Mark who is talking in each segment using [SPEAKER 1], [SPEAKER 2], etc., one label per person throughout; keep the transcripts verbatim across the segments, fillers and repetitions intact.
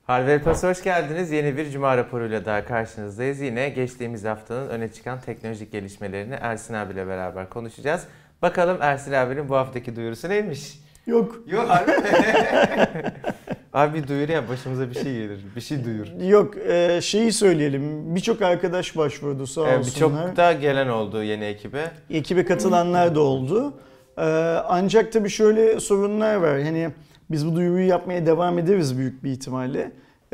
[SPEAKER 1] Harvard Plus'a hoş geldiniz. Yeni bir Cuma raporuyla daha karşınızdayız. Yine geçtiğimiz haftanın öne çıkan teknolojik gelişmelerini Ersin abiyle beraber konuşacağız. Bakalım Ersin abinin bu haftaki duyurusu neymiş?
[SPEAKER 2] Yok.
[SPEAKER 1] Yok harbi Abi duyur ya, başımıza bir şey gelir. Bir şey duyur.
[SPEAKER 2] Yok e, şeyi söyleyelim. Birçok arkadaş başvurdu sağ
[SPEAKER 1] Ee,
[SPEAKER 2] olsunlar.
[SPEAKER 1] Birçok da gelen oldu yeni ekibe.
[SPEAKER 2] Ekibe katılanlar da oldu. Ee, ancak tabii şöyle sorunlar var. Hani biz bu duyuruyu yapmaya devam ederiz büyük bir ihtimalle.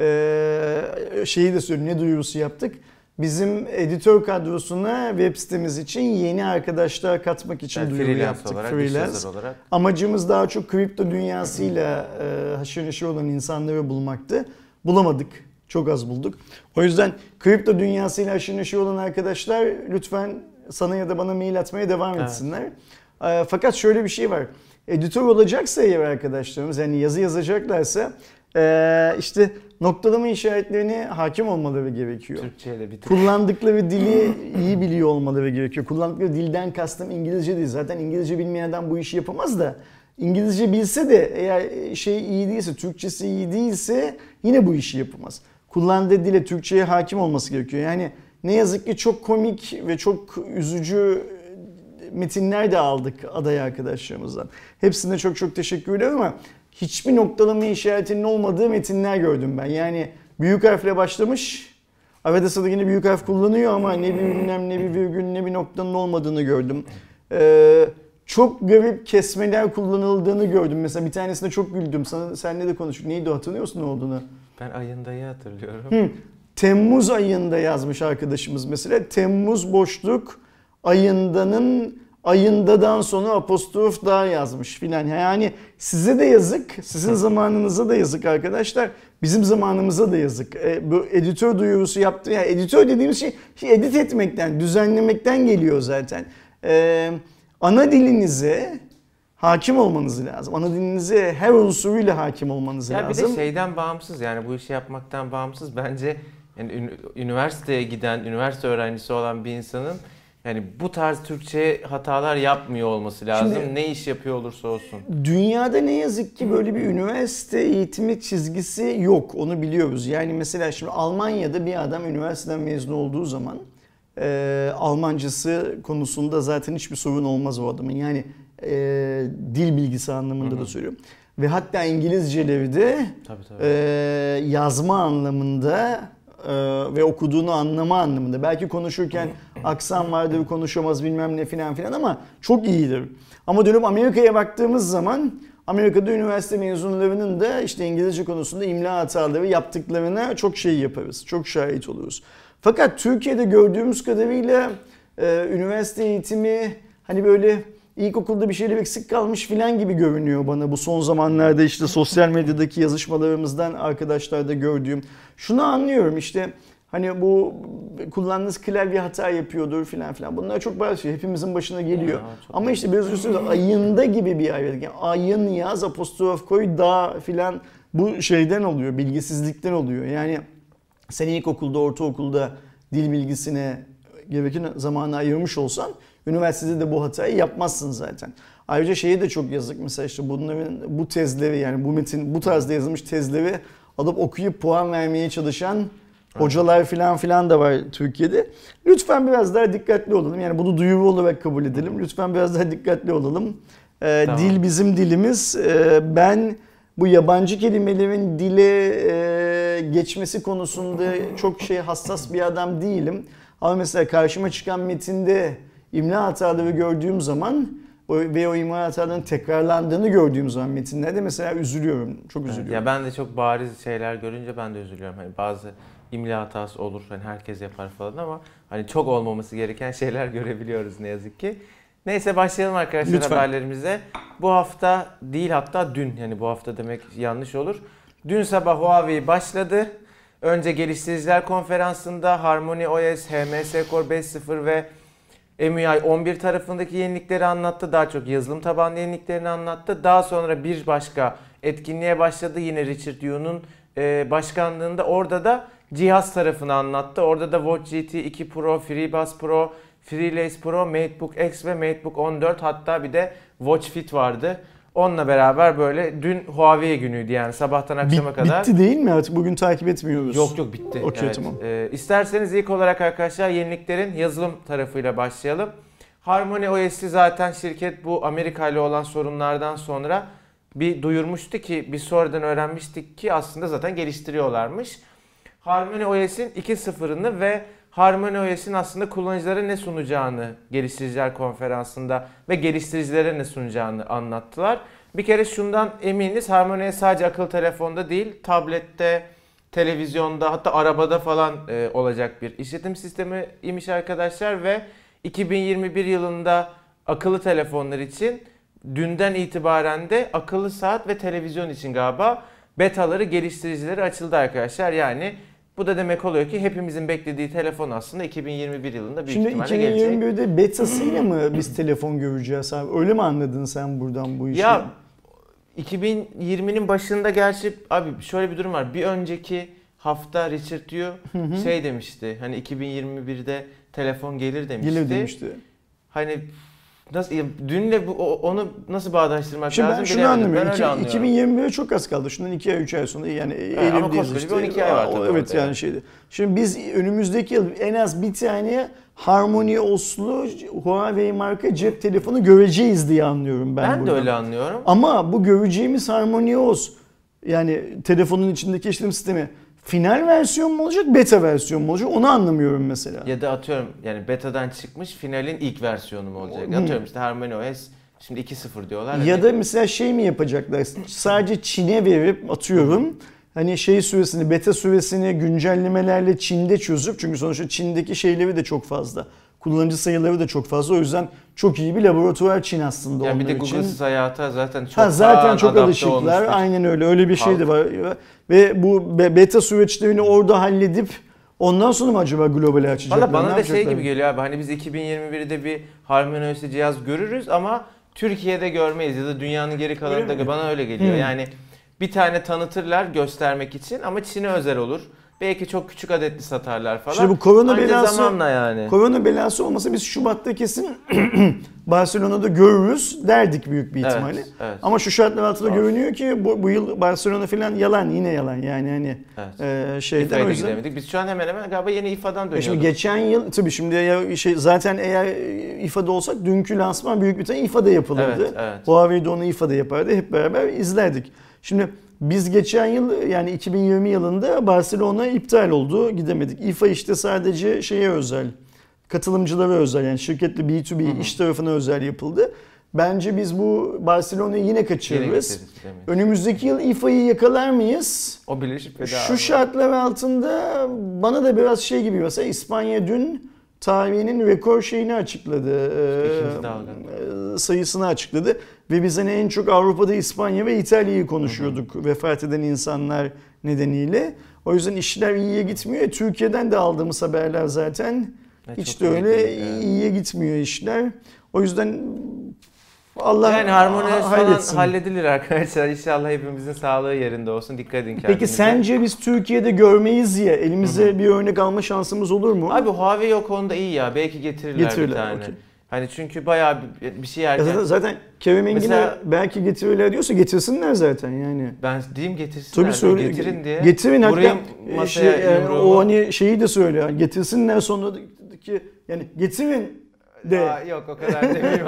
[SPEAKER 2] Ee, şeyi de söyleyeyim, ne duyurusu yaptık? Bizim editör kadrosuna web sitemiz için yeni arkadaşlar katmak için yani duyuru yaptık.
[SPEAKER 1] Olarak,
[SPEAKER 2] freelance
[SPEAKER 1] olarak.
[SPEAKER 2] Amacımız daha çok kripto dünyasıyla e, haşır neşir olan insanları bulmaktı. Bulamadık. Çok az bulduk. O yüzden kripto dünyasıyla haşır neşir olan arkadaşlar lütfen sana ya da bana mail atmaya devam etsinler. Evet. E, fakat şöyle bir şey var. Editör olacaksa eğer arkadaşlarımız, yani yazı yazacaklarsa e, işte noktalama işaretlerine hakim olmaları gerekiyor.
[SPEAKER 1] Türkçe'yle bir tık.
[SPEAKER 2] Kullandıkları dili iyi biliyor olmaları gerekiyor. Kullandıkları dilden kastım İngilizce değil. Zaten İngilizce bilmeyen adam bu işi yapamaz da. İngilizce bilse de eğer şey iyi değilse, Türkçesi iyi değilse yine bu işi yapamaz. Kullandığı dile, Türkçe'ye hakim olması gerekiyor. Yani ne yazık ki çok komik ve çok üzücü metinler de aldık aday arkadaşlarımızdan. Hepsine çok çok teşekkür ederim ama hiçbir noktalama işaretinin olmadığı metinler gördüm ben. Yani büyük harfle başlamış, arada sırada yine büyük harf kullanıyor ama ne bir ünlem, ne bir virgül, ne bir noktanın olmadığını gördüm. Ee, çok garip kesmeler kullanıldığını gördüm. Mesela bir tanesinde çok güldüm. Sana, seninle de konuştuk. Neydi o, hatırlıyor musun ne olduğunu?
[SPEAKER 1] Ben ayındayı hatırlıyorum.
[SPEAKER 2] Hı. Temmuz ayında yazmış arkadaşımız mesela. Temmuz boşluk ayındanın ayındadan sonra apostrof daha yazmış filan. Yani size de yazık, sizin zamanınıza da yazık arkadaşlar. Bizim zamanımıza da yazık. E, bu editör duyurusu yaptı. Yani editör dediğimiz şey, şey edit etmekten, düzenlemekten geliyor zaten. E, ana dilinize hakim olmanız lazım. Ana dilinize her unsuruyla hakim olmanız
[SPEAKER 1] ya
[SPEAKER 2] lazım.
[SPEAKER 1] Bir de şeyden bağımsız, yani bu işi yapmaktan bağımsız bence yani üniversiteye giden, üniversite öğrencisi olan bir insanın yani bu tarz Türkçe hatalar yapmıyor olması lazım. Şimdi, ne iş yapıyor olursa olsun.
[SPEAKER 2] Dünyada ne yazık ki böyle bir üniversite eğitimi çizgisi yok. Onu biliyoruz. Yani mesela şimdi Almanya'da bir adam üniversiteden mezun olduğu zaman e, Almancası konusunda zaten hiçbir sorun olmaz o adamın. Yani e, dil bilgisi anlamında Hı-hı. da söylüyorum. Ve hatta İngilizceleri de tabii, tabii. E, yazma anlamında ve okuduğunu anlama anlamında. Belki konuşurken aksan vardır, konuşamaz bilmem ne filan filan ama çok iyidir. Ama dönüp Amerika'ya baktığımız zaman Amerika'da üniversite mezunlarının da işte İngilizce konusunda imla hataları yaptıklarına çok şey yaparız. Çok şahit oluruz. Fakat Türkiye'de gördüğümüz kadarıyla e, üniversite eğitimi hani böyle İlkokulda bir şeyler eksik kalmış filan gibi görünüyor bana bu son zamanlarda işte sosyal medyadaki yazışmalarımızdan arkadaşlarda gördüğüm. Şunu anlıyorum işte hani bu kullandığınız klavye hata yapıyordur filan filan. Bunlar çok bazı şey hepimizin başına geliyor. Ya, ama işte biraz üstüne ayında gibi bir ay verdik. Yani ayın yaz apostrof koy da filan bu şeyden oluyor, bilgisizlikten oluyor. Yani sen ilkokulda, ortaokulda dil bilgisine gereken zamanı ayırmış olsan üniversitede de bu hatayı yapmazsın zaten. Ayrıca şeye de çok yazık. Mesela işte bunların bu tezleri yani bu metin bu tarzda yazılmış tezleri alıp okuyup puan vermeye çalışan hocalar filan filan da var Türkiye'de. Lütfen biraz daha dikkatli olalım. Yani bunu duyuru olarak kabul edelim. Lütfen biraz daha dikkatli olalım. Ee, tamam. Dil bizim dilimiz. Ee, ben bu yabancı kelimelerin dile e, geçmesi konusunda çok şey hassas bir adam değilim. Ama mesela karşıma çıkan metinde İmla hataları gördüğüm zaman ve o imla hatalarının tekrarlandığını gördüğüm zaman metinlerde mesela üzülüyorum. Çok üzülüyorum.
[SPEAKER 1] Evet, ya ben de çok bariz şeyler görünce ben de üzülüyorum. Hani bazı imla hatası olur, hani herkes yapar falan ama hani çok olmaması gereken şeyler görebiliyoruz ne yazık ki. Neyse başlayalım arkadaşlar Lütfen. haberlerimize. Bu hafta değil hatta dün, yani bu hafta demek yanlış olur. Dün sabah Huawei başladı. Önce geliştiriciler konferansında HarmonyOS, H M S Core beş nokta sıfır ve M U I on bir tarafındaki yenilikleri anlattı. Daha çok yazılım tabanlı yeniliklerini anlattı. Daha sonra bir başka etkinliğe başladı. Yine Richard Yu'nun başkanlığında. Orada da cihaz tarafını anlattı. Orada da Watch G T iki Pro, FreeBuds Pro, FreeLace Pro, MateBook X ve MateBook on dört, hatta bir de Watch Fit vardı. Onunla beraber böyle dün Huawei günüydü yani sabahtan akşama
[SPEAKER 2] Bit,
[SPEAKER 1] kadar.
[SPEAKER 2] Bitti değil mi artık? Bugün takip etmiyoruz.
[SPEAKER 1] Yok yok bitti.
[SPEAKER 2] Okey,
[SPEAKER 1] evet.
[SPEAKER 2] tamam.
[SPEAKER 1] Ee, isterseniz ilk olarak arkadaşlar yeniliklerin yazılım tarafıyla başlayalım. Harmony O S'i zaten şirket bu Amerika ile olan sorunlardan sonra bir duyurmuştu ki biz sonradan öğrenmiştik ki aslında zaten geliştiriyorlarmış. Harmony O S'in iki nokta sıfırını ve Harmony O S'in aslında kullanıcılara ne sunacağını geliştiriciler konferansında ve geliştiricilere ne sunacağını anlattılar. Bir kere şundan eminiz, Harmony O S sadece akıllı telefonda değil, tablette, televizyonda hatta arabada falan e, olacak bir işletim sistemi imiş arkadaşlar ve iki bin yirmi bir yılında akıllı telefonlar için dünden itibaren de akıllı saat ve televizyon için galiba betaları geliştiricileri açıldı arkadaşlar. Yani bu da demek oluyor ki hepimizin beklediği telefon aslında iki bin yirmi bir yılında büyük
[SPEAKER 2] Şimdi
[SPEAKER 1] ihtimalle
[SPEAKER 2] iki bin yirmi birde
[SPEAKER 1] gelecek.
[SPEAKER 2] betasıyla mı biz telefon göreceğiz abi? Öyle mi anladın sen buradan bu işi?
[SPEAKER 1] Ya iki bin yirminin başında gerçi abi şöyle bir durum var. Bir önceki hafta Richard Yu şey demişti. Hani iki bin yirmi birde telefon gelir demişti.
[SPEAKER 2] Gelir demişti.
[SPEAKER 1] Hani nasıl dünle bu onu nasıl bağdaştırmak
[SPEAKER 2] Şimdi
[SPEAKER 1] lazım
[SPEAKER 2] ben şunu
[SPEAKER 1] bilemedim.
[SPEAKER 2] anlamıyorum.
[SPEAKER 1] Ben öyle
[SPEAKER 2] İki-
[SPEAKER 1] anlıyorum.
[SPEAKER 2] iki bin yirmi bire çok az kaldı. Şundan iki ay üç ay sonra yani
[SPEAKER 1] Evet, ama
[SPEAKER 2] Eylül'deyiz
[SPEAKER 1] koskoca bir on iki ay var tabii
[SPEAKER 2] O, Evet
[SPEAKER 1] orada
[SPEAKER 2] yani
[SPEAKER 1] yani.
[SPEAKER 2] şeydi. Şimdi biz önümüzdeki yıl en az bir tane Harmony O S'lu Huawei marka cep telefonu göreceğiz diye anlıyorum ben
[SPEAKER 1] Ben de
[SPEAKER 2] buradan.
[SPEAKER 1] öyle anlıyorum.
[SPEAKER 2] Ama bu göreceğimiz Harmony O S yani telefonun içindeki işletim sistemi final versiyon mu olacak, beta versiyon mu olacak onu anlamıyorum mesela.
[SPEAKER 1] Ya da atıyorum yani betadan çıkmış finalin ilk versiyonu mu olacak?
[SPEAKER 2] Hmm.
[SPEAKER 1] Atıyorum işte Harmony O S şimdi iki nokta sıfır diyorlar.
[SPEAKER 2] Ya
[SPEAKER 1] Hani
[SPEAKER 2] da mesela şey mi yapacaklar? Sadece Çin'e verip atıyorum. Hani şey süresini, beta süresini güncellemelerle Çin'de çözüp çünkü sonuçta Çin'deki şeyleri de çok fazla. Kullanıcı sayıları da çok fazla. O yüzden çok iyi bir laboratuvar Çin aslında
[SPEAKER 1] yani bir
[SPEAKER 2] onlar
[SPEAKER 1] de
[SPEAKER 2] için.
[SPEAKER 1] Google'sız hayata zaten çok
[SPEAKER 2] Ha, zaten çok
[SPEAKER 1] adapte
[SPEAKER 2] alışıklar.
[SPEAKER 1] olmuş bir
[SPEAKER 2] Aynen öyle. Öyle bir şey
[SPEAKER 1] halk.
[SPEAKER 2] de var. Ve bu be- beta süreçlerini orada halledip ondan sonra mı acaba globale açacaklar?
[SPEAKER 1] Valla bana
[SPEAKER 2] Ne
[SPEAKER 1] da şey
[SPEAKER 2] yapacaklar?
[SPEAKER 1] gibi geliyor abi hani biz iki bin yirmi birde bir Harmony O S cihaz görürüz ama Türkiye'de görmeyiz ya da dünyanın geri kalanında
[SPEAKER 2] Öyle mi?
[SPEAKER 1] bana öyle geliyor.
[SPEAKER 2] Hmm.
[SPEAKER 1] Yani bir tane tanıtırlar göstermek için ama Çin'e özel olur. Belki çok küçük adetli satarlar falan.
[SPEAKER 2] İşte bu korona
[SPEAKER 1] Anca
[SPEAKER 2] belası,
[SPEAKER 1] zamanla yani.
[SPEAKER 2] korona belası olmasa biz Şubat'ta kesin Barcelona'da görürüz derdik büyük bir
[SPEAKER 1] Evet,
[SPEAKER 2] ihtimalle.
[SPEAKER 1] evet.
[SPEAKER 2] Ama şu şartlar altında
[SPEAKER 1] Doğru.
[SPEAKER 2] görünüyor ki bu, bu yıl Barcelona falan yalan, yine yalan yani hani
[SPEAKER 1] Evet.
[SPEAKER 2] e, şeyden
[SPEAKER 1] İFA'ya
[SPEAKER 2] o
[SPEAKER 1] da
[SPEAKER 2] yüzden.
[SPEAKER 1] gidemedik. Biz şu an hemen hemen galiba yeni İFA'dan
[SPEAKER 2] E
[SPEAKER 1] dönüyoruz.
[SPEAKER 2] Şimdi geçen yıl tabii şimdi ya şey zaten eğer İFA'da olsak dünkü lansman büyük bir tane İFA'da yapılırdı.
[SPEAKER 1] Evet, evet.
[SPEAKER 2] Huawei de onu İFA'da yapardı. Hep beraber izlerdik. Şimdi biz geçen yıl yani iki bin yirmi yılında Barcelona iptal oldu. Gidemedik. İFA işte sadece şeye özel. Katılımcılara özel yani şirketle B iki B iş tarafına özel yapıldı. Bence biz bu Barcelona'yı yine
[SPEAKER 1] Geri
[SPEAKER 2] kaçırırız.
[SPEAKER 1] getiririz, bilemeyiz.
[SPEAKER 2] Önümüzdeki yıl İFA'yı yakalar mıyız?
[SPEAKER 1] O bile şüpheli
[SPEAKER 2] Şu
[SPEAKER 1] abi.
[SPEAKER 2] şartlar altında bana da biraz şey gibi mesela İspanya dün tarihinin rekor şeyini açıkladı.
[SPEAKER 1] İkinci
[SPEAKER 2] Ee,
[SPEAKER 1] dalga.
[SPEAKER 2] e, sayısını açıkladı. Ve biz hani en çok Avrupa'da İspanya ve İtalya'yı konuşuyorduk. Hı hı. Vefat eden insanlar nedeniyle. O yüzden işler iyiye gitmiyor. Türkiye'den de aldığımız haberler zaten
[SPEAKER 1] Ne
[SPEAKER 2] hiç
[SPEAKER 1] çok
[SPEAKER 2] de
[SPEAKER 1] iyi
[SPEAKER 2] öyle
[SPEAKER 1] değil, evet.
[SPEAKER 2] iyiye gitmiyor işler. O yüzden Allah
[SPEAKER 1] Yani Harmony O S falan
[SPEAKER 2] halletsin.
[SPEAKER 1] halledilir arkadaşlar. İnşallah hepimizin sağlığı yerinde olsun. Dikkat edin kendinize.
[SPEAKER 2] Peki sence biz Türkiye'de görmeyiz ya elimize bir örnek alma şansımız olur mu?
[SPEAKER 1] Abi Huawei o konuda iyi ya. Belki getirirler,
[SPEAKER 2] Getirirler,
[SPEAKER 1] bir tane.
[SPEAKER 2] okey.
[SPEAKER 1] Hani çünkü bayağı bir, bir şey
[SPEAKER 2] Ya
[SPEAKER 1] erken.
[SPEAKER 2] zaten, zaten Kerem Engin'e
[SPEAKER 1] Mesela-
[SPEAKER 2] belki getirirler diyorsa getirsinler zaten yani.
[SPEAKER 1] Ben diyeyim getirsinler.
[SPEAKER 2] Tabii söyle.
[SPEAKER 1] Getirin diye.
[SPEAKER 2] Getirin hatta
[SPEAKER 1] Vurayım
[SPEAKER 2] e,
[SPEAKER 1] masaya
[SPEAKER 2] şey, e,
[SPEAKER 1] yumruğumu.
[SPEAKER 2] o hani şeyi de söyle. Yani getirsinler sonra da- ki yani getirin de.
[SPEAKER 1] Aa, yok o kadar demeyeyim.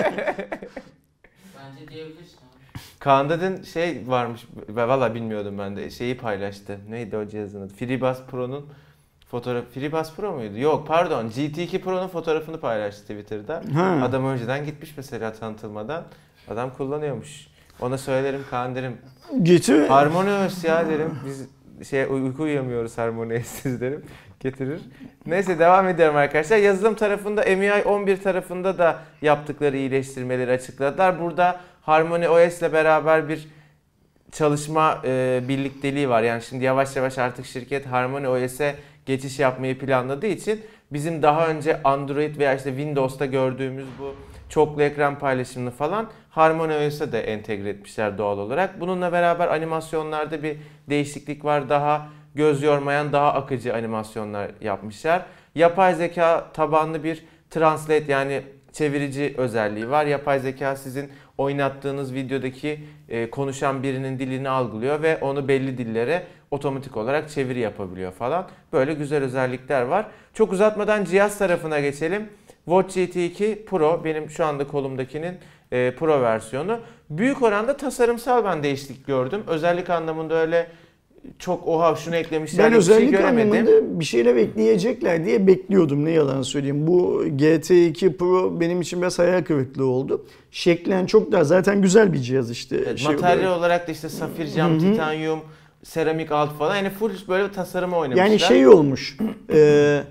[SPEAKER 3] Bence diyebilirsin abi.
[SPEAKER 1] Kaan'da dün şey varmış. Ben valla bilmiyordum ben de. Şeyi paylaştı. Neydi o cihazın adı? FreeBuds Pro'nun fotoğraf. FreeBuds Pro muydu? Yok pardon. G T iki Pro'nun fotoğrafını paylaştı Twitter'da.
[SPEAKER 2] Ha.
[SPEAKER 1] Adam önceden gitmiş mesela tanıtılmadan. Adam kullanıyormuş. Ona söylerim Kaan derim.
[SPEAKER 2] Getir.
[SPEAKER 1] Harmony O S ya derim. Biz şey uyku uyuyamıyoruz Harmony O S'siz derim. Getirir. Neyse devam ediyorum arkadaşlar. Yazılım tarafında M I on bir tarafında da yaptıkları iyileştirmeleri açıkladılar. Burada Harmony O S ile beraber bir çalışma e, birlikteliği var. Yani şimdi yavaş yavaş artık şirket Harmony O S'e geçiş yapmayı planladığı için bizim daha önce Android veya işte Windows'ta gördüğümüz bu çoklu ekran paylaşımını falan Harmony O S'e de entegre etmişler doğal olarak. Bununla beraber animasyonlarda bir değişiklik var. Daha göz yormayan, daha akıcı animasyonlar yapmışlar. Yapay zeka tabanlı bir translate yani çevirici özelliği var. Yapay zeka sizin oynattığınız videodaki e, konuşan birinin dilini algılıyor ve onu belli dillere otomatik olarak çeviri yapabiliyor falan. Böyle güzel özellikler var. Çok uzatmadan cihaz tarafına geçelim. Watch G T iki Pro benim şu anda kolumdakinin e, Pro versiyonu. Büyük oranda tasarımsal ben değişiklik gördüm. Özellik anlamında öyle çok oha şunu eklemişler
[SPEAKER 2] ben
[SPEAKER 1] bir şey
[SPEAKER 2] özellik
[SPEAKER 1] göremedim.
[SPEAKER 2] anlamında bir şeyler ekleyecekler diye bekliyordum, ne yalan söyleyeyim. Bu G T iki Pro benim için biraz hayal kırıklığı oldu. Şeklen çok daha zaten güzel bir cihaz işte.
[SPEAKER 1] Evet,
[SPEAKER 2] şey
[SPEAKER 1] materyal
[SPEAKER 2] olarak.
[SPEAKER 1] olarak da işte safir cam, titanyum, seramik alt falan. Yani full böyle bir tasarıma oynamışlar.
[SPEAKER 2] Yani şey olmuş. e,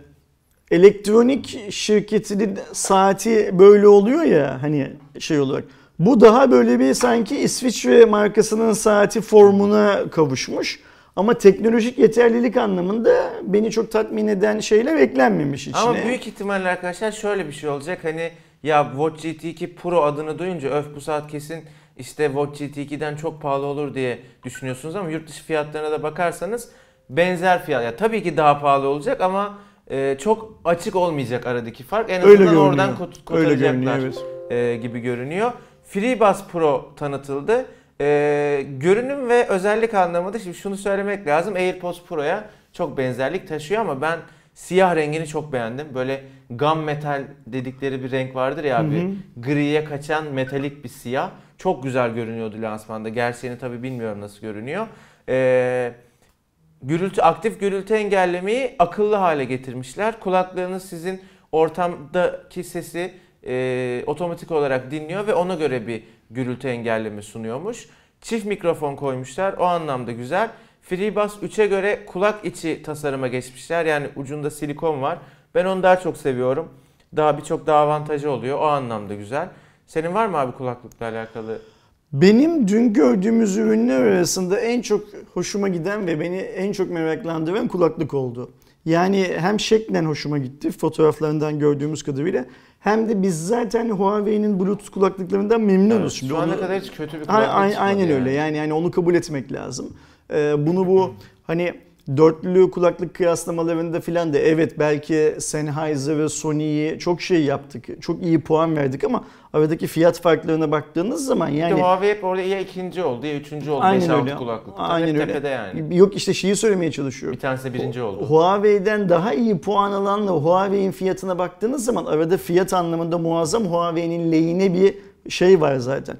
[SPEAKER 2] elektronik şirketinin saati böyle oluyor ya hani şey olarak. Bu daha böyle bir sanki İsviçre markasının saati formuna kavuşmuş. Ama teknolojik yeterlilik anlamında beni çok tatmin eden şeyler eklenmemiş içine.
[SPEAKER 1] Ama büyük ihtimalle arkadaşlar şöyle bir şey olacak. Hani ya Watch G T iki Pro adını duyunca öf bu saat kesin işte Watch G T iki'den çok pahalı olur diye düşünüyorsunuz ama yurt dışı fiyatlarına da bakarsanız benzer fiyat. Ya tabii ki daha pahalı olacak ama e, çok açık olmayacak aradaki fark. En azından oradan kot- kotaracaklar
[SPEAKER 2] evet.
[SPEAKER 1] e, gibi görünüyor. FreeBuds Pro tanıtıldı. Ee, görünüm ve özellik anlamında şimdi şunu söylemek lazım. AirPods Pro'ya çok benzerlik taşıyor ama ben siyah rengini çok beğendim. Böyle gunmetal dedikleri bir renk vardır ya abi. Hı hı. Griye kaçan metalik bir siyah. Çok güzel görünüyordu lansmanda. Gerçeğini tabii bilmiyorum nasıl görünüyor. Ee, gürültü aktif gürültü engellemeyi akıllı hale getirmişler. Kulaklarınız sizin ortamdaki sesi e, otomatik olarak dinliyor ve ona göre bir gürültü engelleme sunuyormuş. Çift mikrofon koymuşlar. O anlamda güzel. FreeBuds üçe göre kulak içi tasarıma geçmişler. Yani ucunda silikon var. Ben onu daha çok seviyorum. Daha birçok daha avantajı oluyor. O anlamda güzel. Senin var mı abi kulaklıkla alakalı?
[SPEAKER 2] Benim dün gördüğümüz ürünler arasında en çok hoşuma giden ve beni en çok meraklandıran kulaklık oldu. Yani hem şeklen hoşuma gitti fotoğraflarından gördüğümüz kadarıyla, hem de biz zaten Huawei'nin Bluetooth kulaklıklarından memnunuz.
[SPEAKER 1] Evet,
[SPEAKER 2] Şimdi
[SPEAKER 1] şu ana
[SPEAKER 2] onu,
[SPEAKER 1] kadar hiç kötü bir kulaklık
[SPEAKER 2] aynen,
[SPEAKER 1] çıkmadı.
[SPEAKER 2] aynen
[SPEAKER 1] yani.
[SPEAKER 2] öyle yani yani onu kabul etmek lazım. Ee, bunu bu hani dörtlü kulaklık kıyaslamalarında filan da evet belki Sennheiser ve Sony'yi çok şey yaptık. Çok iyi puan verdik ama aradaki fiyat farklarına baktığınız zaman yani...
[SPEAKER 1] İşte Huawei hep orada ya ikinci oldu ya üçüncü oldu.
[SPEAKER 2] Aynen
[SPEAKER 1] beş
[SPEAKER 2] öyle.
[SPEAKER 1] altı kulaklıkta.
[SPEAKER 2] Aynen
[SPEAKER 1] hep
[SPEAKER 2] öyle.
[SPEAKER 1] Tepede yani.
[SPEAKER 2] Yok işte şeyi söylemeye çalışıyorum.
[SPEAKER 1] Bir tanesi de birinci oldu.
[SPEAKER 2] Huawei'den daha iyi puan alanla Huawei'in fiyatına baktığınız zaman arada fiyat anlamında muazzam Huawei'nin lehine bir şey var zaten.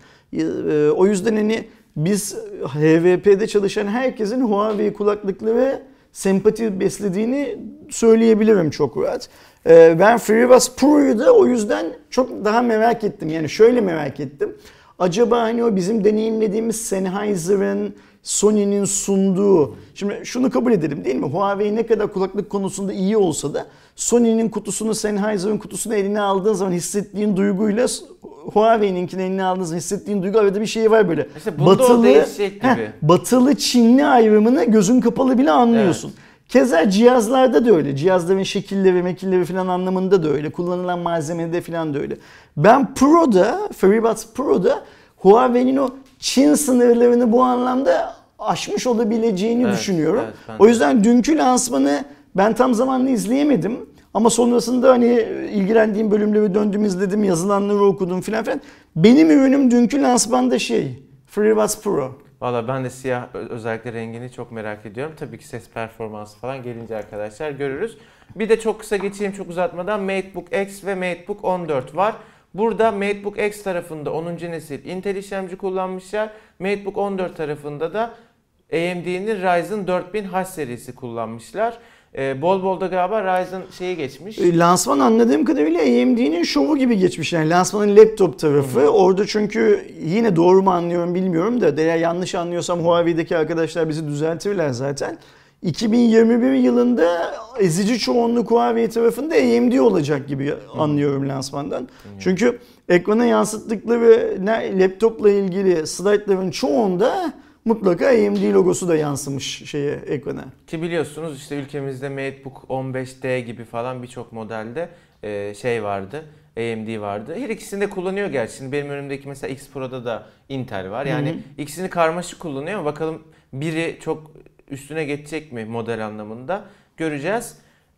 [SPEAKER 2] O yüzden hani biz H V P'de çalışan herkesin Huawei kulaklıkları sempati beslediğini söyleyebilirim çok rahat. Ben FreeBuds Pro'yu da o yüzden çok daha merak ettim. Yani şöyle merak ettim. Acaba hani o bizim deneyimlediğimiz Sennheiser'ın, Sony'nin sunduğu... Şimdi şunu kabul edelim değil mi? Huawei ne kadar kulaklık konusunda iyi olsa da Sony'nin kutusunu, Sennheiser'ın kutusunu eline aldığın zaman hissettiğin duyguyla Huawei'ninkini eline aldığın zaman hissettiğin duygu arada bir şey var böyle.
[SPEAKER 1] İşte bunda o değişecek gibi.
[SPEAKER 2] Heh, batılı Çinli ayrımını gözün kapalı bile anlıyorsun. Evet. Keza cihazlarda da öyle. Cihazların şekilleri, mekilleri falan anlamında da öyle. Kullanılan malzemede falan da öyle. Ben Pro'da, FreeBuds Pro'da Huawei'nin o Çin sınırlarını bu anlamda aşmış olabileceğini evet, düşünüyorum. Evet, o yüzden dünkü lansmanı ben tam zamanlı izleyemedim. Ama sonrasında hani ilgilendiğim bölümleri döndüm, izledim, yazılanları okudum filan filan. Benim ürünüm dünkü lansmanda şey, FreeBuds Pro.
[SPEAKER 1] Valla ben de siyah özellikle rengini çok merak ediyorum. Tabii ki ses performansı falan gelince arkadaşlar görürüz. Bir de çok kısa geçeyim çok uzatmadan MateBook X ve MateBook on dört var. Burada MateBook X tarafında onuncu nesil Intel işlemci kullanmışlar. MateBook on dört tarafında da A M D'nin Ryzen dört bin H serisi kullanmışlar. Ee, bol bol da galiba Ryzen şeyi geçmiş.
[SPEAKER 2] Lansman anladığım kadarıyla A M D'nin şovu gibi geçmiş. Yani lansmanın laptop tarafı. Hı hı. Orada çünkü yine doğru mu anlıyorum bilmiyorum da eğer yanlış anlıyorsam Huawei'deki arkadaşlar bizi düzeltirler zaten. iki bin yirmi bir yılında ezici çoğunluk Huawei tarafında A M D olacak gibi anlıyorum lansmandan. Hı. Çünkü ekrana yansıttıkları laptopla ilgili slaytların çoğunda mutlaka A M D logosu da yansımış şeye, ekrana.
[SPEAKER 1] Ki biliyorsunuz işte ülkemizde MateBook on beş D gibi falan birçok modelde şey vardı. A M D vardı. Her ikisini de kullanıyor gerçi. Şimdi benim önümdeki mesela X Pro'da da Intel var. Yani hı hı. ikisini karmaşık kullanıyor ama bakalım biri çok üstüne geçecek mi model anlamında göreceğiz.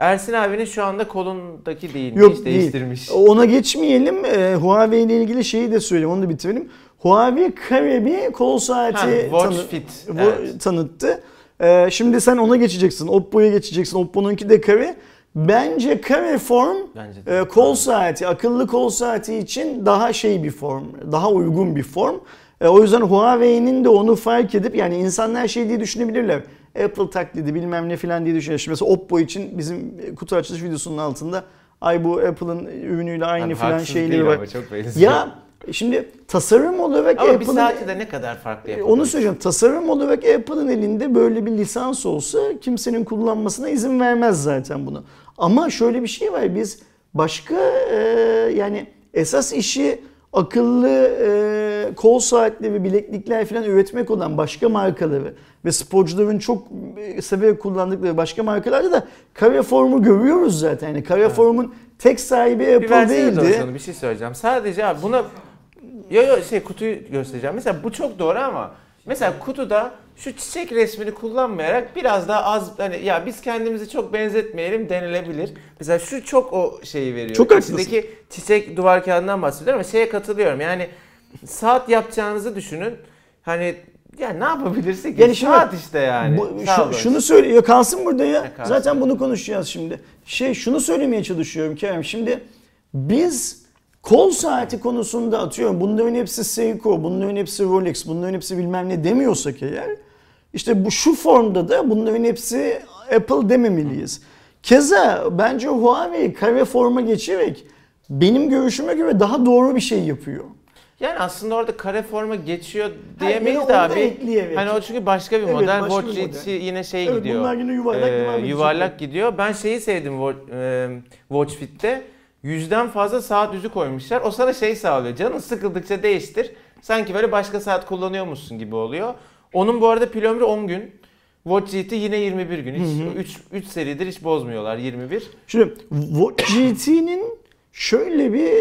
[SPEAKER 1] Ersin abinin şu anda kolundaki değilmiş,
[SPEAKER 2] Yok,
[SPEAKER 1] değiştirmiş.
[SPEAKER 2] Değil. Ona geçmeyelim. Ee, Huawei ile ilgili şeyi de söyleyeyim, onu da bitirelim. Huawei kare bir kol saati
[SPEAKER 1] ha, Watch
[SPEAKER 2] tanı-
[SPEAKER 1] Fit.
[SPEAKER 2] Evet. tanıttı. Ee, şimdi sen ona geçeceksin, Oppo'ya geçeceksin. Oppo'nunki de kare. Bence kare form
[SPEAKER 1] Bence de.
[SPEAKER 2] e, kol saati, akıllı kol saati için daha şey bir form, daha uygun bir form. E, o yüzden Huawei'nin de onu fark edip, yani insanlar şey diye düşünebilirler. Apple taklidi bilmem ne falan diye düşünüyor. Şimdi mesela Oppo için bizim kutu açılış videosunun altında ay bu Apple'ın ürünüyle aynı
[SPEAKER 1] yani
[SPEAKER 2] falan şeyleri var.
[SPEAKER 1] Çok benziyor.
[SPEAKER 2] Ya şimdi tasarım olarak
[SPEAKER 1] ama
[SPEAKER 2] Apple'ın...
[SPEAKER 1] bir saati de ne kadar farklı yapabilir?
[SPEAKER 2] Onu söyleyeceğim. Tasarım olarak Apple'ın elinde böyle bir lisans olsa kimsenin kullanmasına izin vermez zaten bunu. Ama şöyle bir şey var. Biz başka e, yani esas işi akıllı e, kol saatleri ve bileklikler falan üretmek olan başka markaları ve sporcuların çok severek kullandıkları başka markalarda da Kareform'u görüyoruz zaten. Yani Kareform'un tek sahibi Apple
[SPEAKER 1] bir
[SPEAKER 2] değildi.
[SPEAKER 1] Bir şey söyleyeceğim. Sadece abi buna yo yo şey kutuyu göstereceğim. Mesela bu çok doğru ama mesela kutuda şu çiçek resmini kullanmayarak biraz daha az hani ya biz kendimizi çok benzetmeyelim denilebilir. Mesela şu çok o şeyi veriyor.
[SPEAKER 2] Çok haklısın.
[SPEAKER 1] İçindeki çiçek duvar kağıdından bahsediyorum ama şeye katılıyorum. Yani saat yapacağınızı düşünün. Hani ya ne yapabilirsin ki? Yani saat işte yani.
[SPEAKER 2] Bu, şu, şunu söylüyor, kalsın burada ya. ya kalsın. Zaten bunu konuşacağız şimdi. Şey şunu söylemeye çalışıyorum Kerem. Şimdi biz kol saati konusunda atıyorum bunların hepsi Seiko, bunların hepsi Rolex, bunların hepsi bilmem ne demiyorsak eğer işte bu şu formda da bunların hepsi Apple dememeliyiz. Keza bence Huawei kare forma geçerek benim görüşüme göre daha doğru bir şey yapıyor.
[SPEAKER 1] Yani aslında orada kare forma geçiyor diyemeyiz de abi. Hani o çünkü başka bir evet, model. Watch G T yine şey evet, gidiyor.
[SPEAKER 2] Bunlar yine yuvarlak,
[SPEAKER 1] ee, yuvarlak gidiyor. Ben şeyi sevdim Watch Fit'te. Yüzden fazla saat yüzü koymuşlar. O sana şey sağlıyor. Canın sıkıldıkça değiştir. Sanki böyle başka saat kullanıyormuşsun gibi oluyor. Onun bu arada pil ömrü on gün. Watch G T yine yirmi bir gün. Hiç üç seridir hiç bozmuyorlar yirmi bir.
[SPEAKER 2] Şimdi Watch G T'nin şöyle bir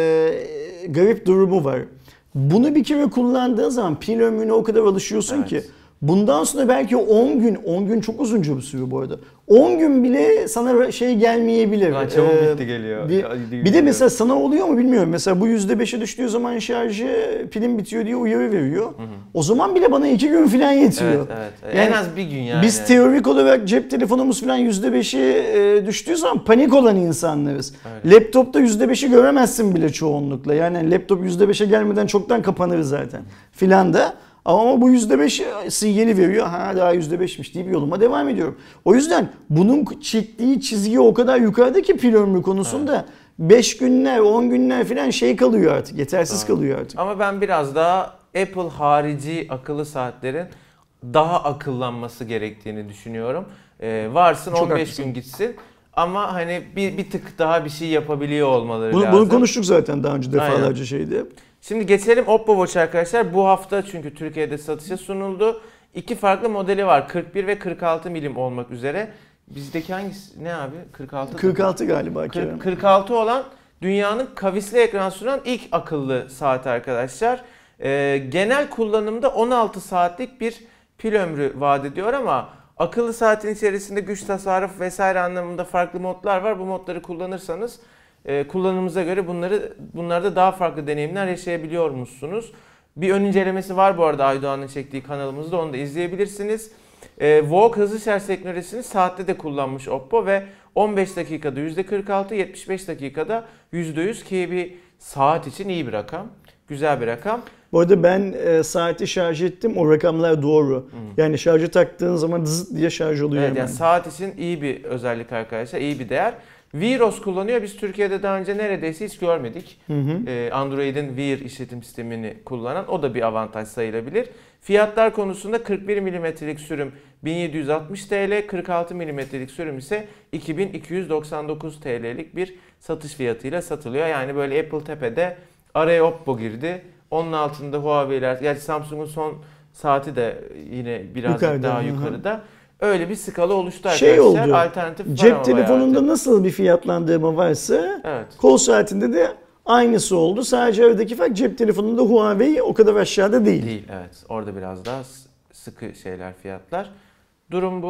[SPEAKER 2] e, garip durumu var. Bunu bir kere kullandığın zaman pil ömrüne o kadar alışıyorsun evet. ki bundan sonra belki on gün, on gün çok uzunca bir süre bu arada. on gün bile sana şey gelmeyebilir.
[SPEAKER 1] Lan çabuk ee, bitti geliyor.
[SPEAKER 2] Bir, bir de mesela sana oluyor mu bilmiyorum. Mesela bu yüzde beşe düştüğü zaman şarjı pilin bitiyor diye uyarı veriyor. Hı hı. O zaman bile bana iki gün falan yetiyor.
[SPEAKER 1] Evet, evet. Yani en az bir gün yani.
[SPEAKER 2] Biz teorik olarak cep telefonumuz falan yüzde beşe düştüğü zaman panik olan insanlarız. Öyle. Laptopta yüzde beşi göremezsin bile çoğunlukla. Yani laptop yüzde beşe gelmeden çoktan kapanır zaten. Filan da. Ama bu yüzde beş sinyali veriyor. Ha daha yüzde beşmiş deyip yoluma devam ediyorum. O yüzden bunun çektiği çizgi o kadar yukarıda ki pil ömrü konusunda evet. beş günler, on günler falan şey kalıyor artık. Yetersiz evet. kalıyor artık.
[SPEAKER 1] Ama ben biraz daha Apple harici akıllı saatlerin daha akıllanması gerektiğini düşünüyorum. Ee, varsın Çok on beş haklısın. Gün gitsin. Ama hani bir, bir tık daha bir şey yapabiliyor olmaları
[SPEAKER 2] bunu,
[SPEAKER 1] lazım.
[SPEAKER 2] Bunu konuştuk zaten daha önce defalarca Aynen. şeydi.
[SPEAKER 1] Şimdi geçelim Oppo Watch arkadaşlar. Bu hafta çünkü Türkiye'de satışa sunuldu. İki farklı modeli var. kırk bir ve kırk altı milim olmak üzere. Bizdeki hangisi ne abi? kırk altı
[SPEAKER 2] kırk altı galiba.
[SPEAKER 1] kırk, kırk altı olan dünyanın kavisli ekran sunan ilk akıllı saat arkadaşlar. Ee, genel kullanımda on altı saatlik bir pil ömrü vaat ediyor ama akıllı saatin içerisinde güç tasarruf vesaire anlamında farklı modlar var. Bu modları kullanırsanız kullanımımıza göre bunları bunlarda daha farklı deneyimler yaşayabiliyor musunuz? Bir ön incelemesi var bu arada Aydoğan'ın çektiği kanalımızda, onu da izleyebilirsiniz. E, Vogue hızlı şarj teknolojisini saatte de kullanmış Oppo ve on beş dakikada yüzde kırk altı, yetmiş beş dakikada yüzde yüz ki bir saat için iyi bir rakam. Güzel bir rakam.
[SPEAKER 2] Bu arada ben e, saati şarj ettim. O rakamlar doğru. Hmm. Yani şarjı taktığın zaman zıt diye şarj oluyor
[SPEAKER 1] evet,
[SPEAKER 2] hemen.
[SPEAKER 1] Yani saat için iyi bir özellik arkadaşlar. İyi bir değer. Viros kullanıyor. Biz Türkiye'de daha önce neredeyse hiç görmedik. Hı hı. Ee, Android'in Wear işletim sistemini kullanan. O da bir avantaj sayılabilir. Fiyatlar konusunda kırk bir milimetrelik sürüm bin yedi yüz altmış TL, kırk altı milimetrelik sürüm ise iki bin iki yüz doksan dokuz TL'lik bir satış fiyatıyla satılıyor. Yani böyle Apple tepede, araya Oppo girdi. Onun altında Huawei'ler, gerçi Samsung'un son saati de yine birazcık yukarıda, daha hı. yukarıda. Öyle bir skala oluştu arkadaşlar.
[SPEAKER 2] Şey oldu,
[SPEAKER 1] alternatif
[SPEAKER 2] cep telefonunda nasıl bir fiyatlandırma varsa evet. kol saatinde de aynısı oldu. Sadece aradaki fark cep telefonunda Huawei o kadar aşağıda değil.
[SPEAKER 1] Değil evet. Orada biraz daha sıkı şeyler fiyatlar. Durum bu.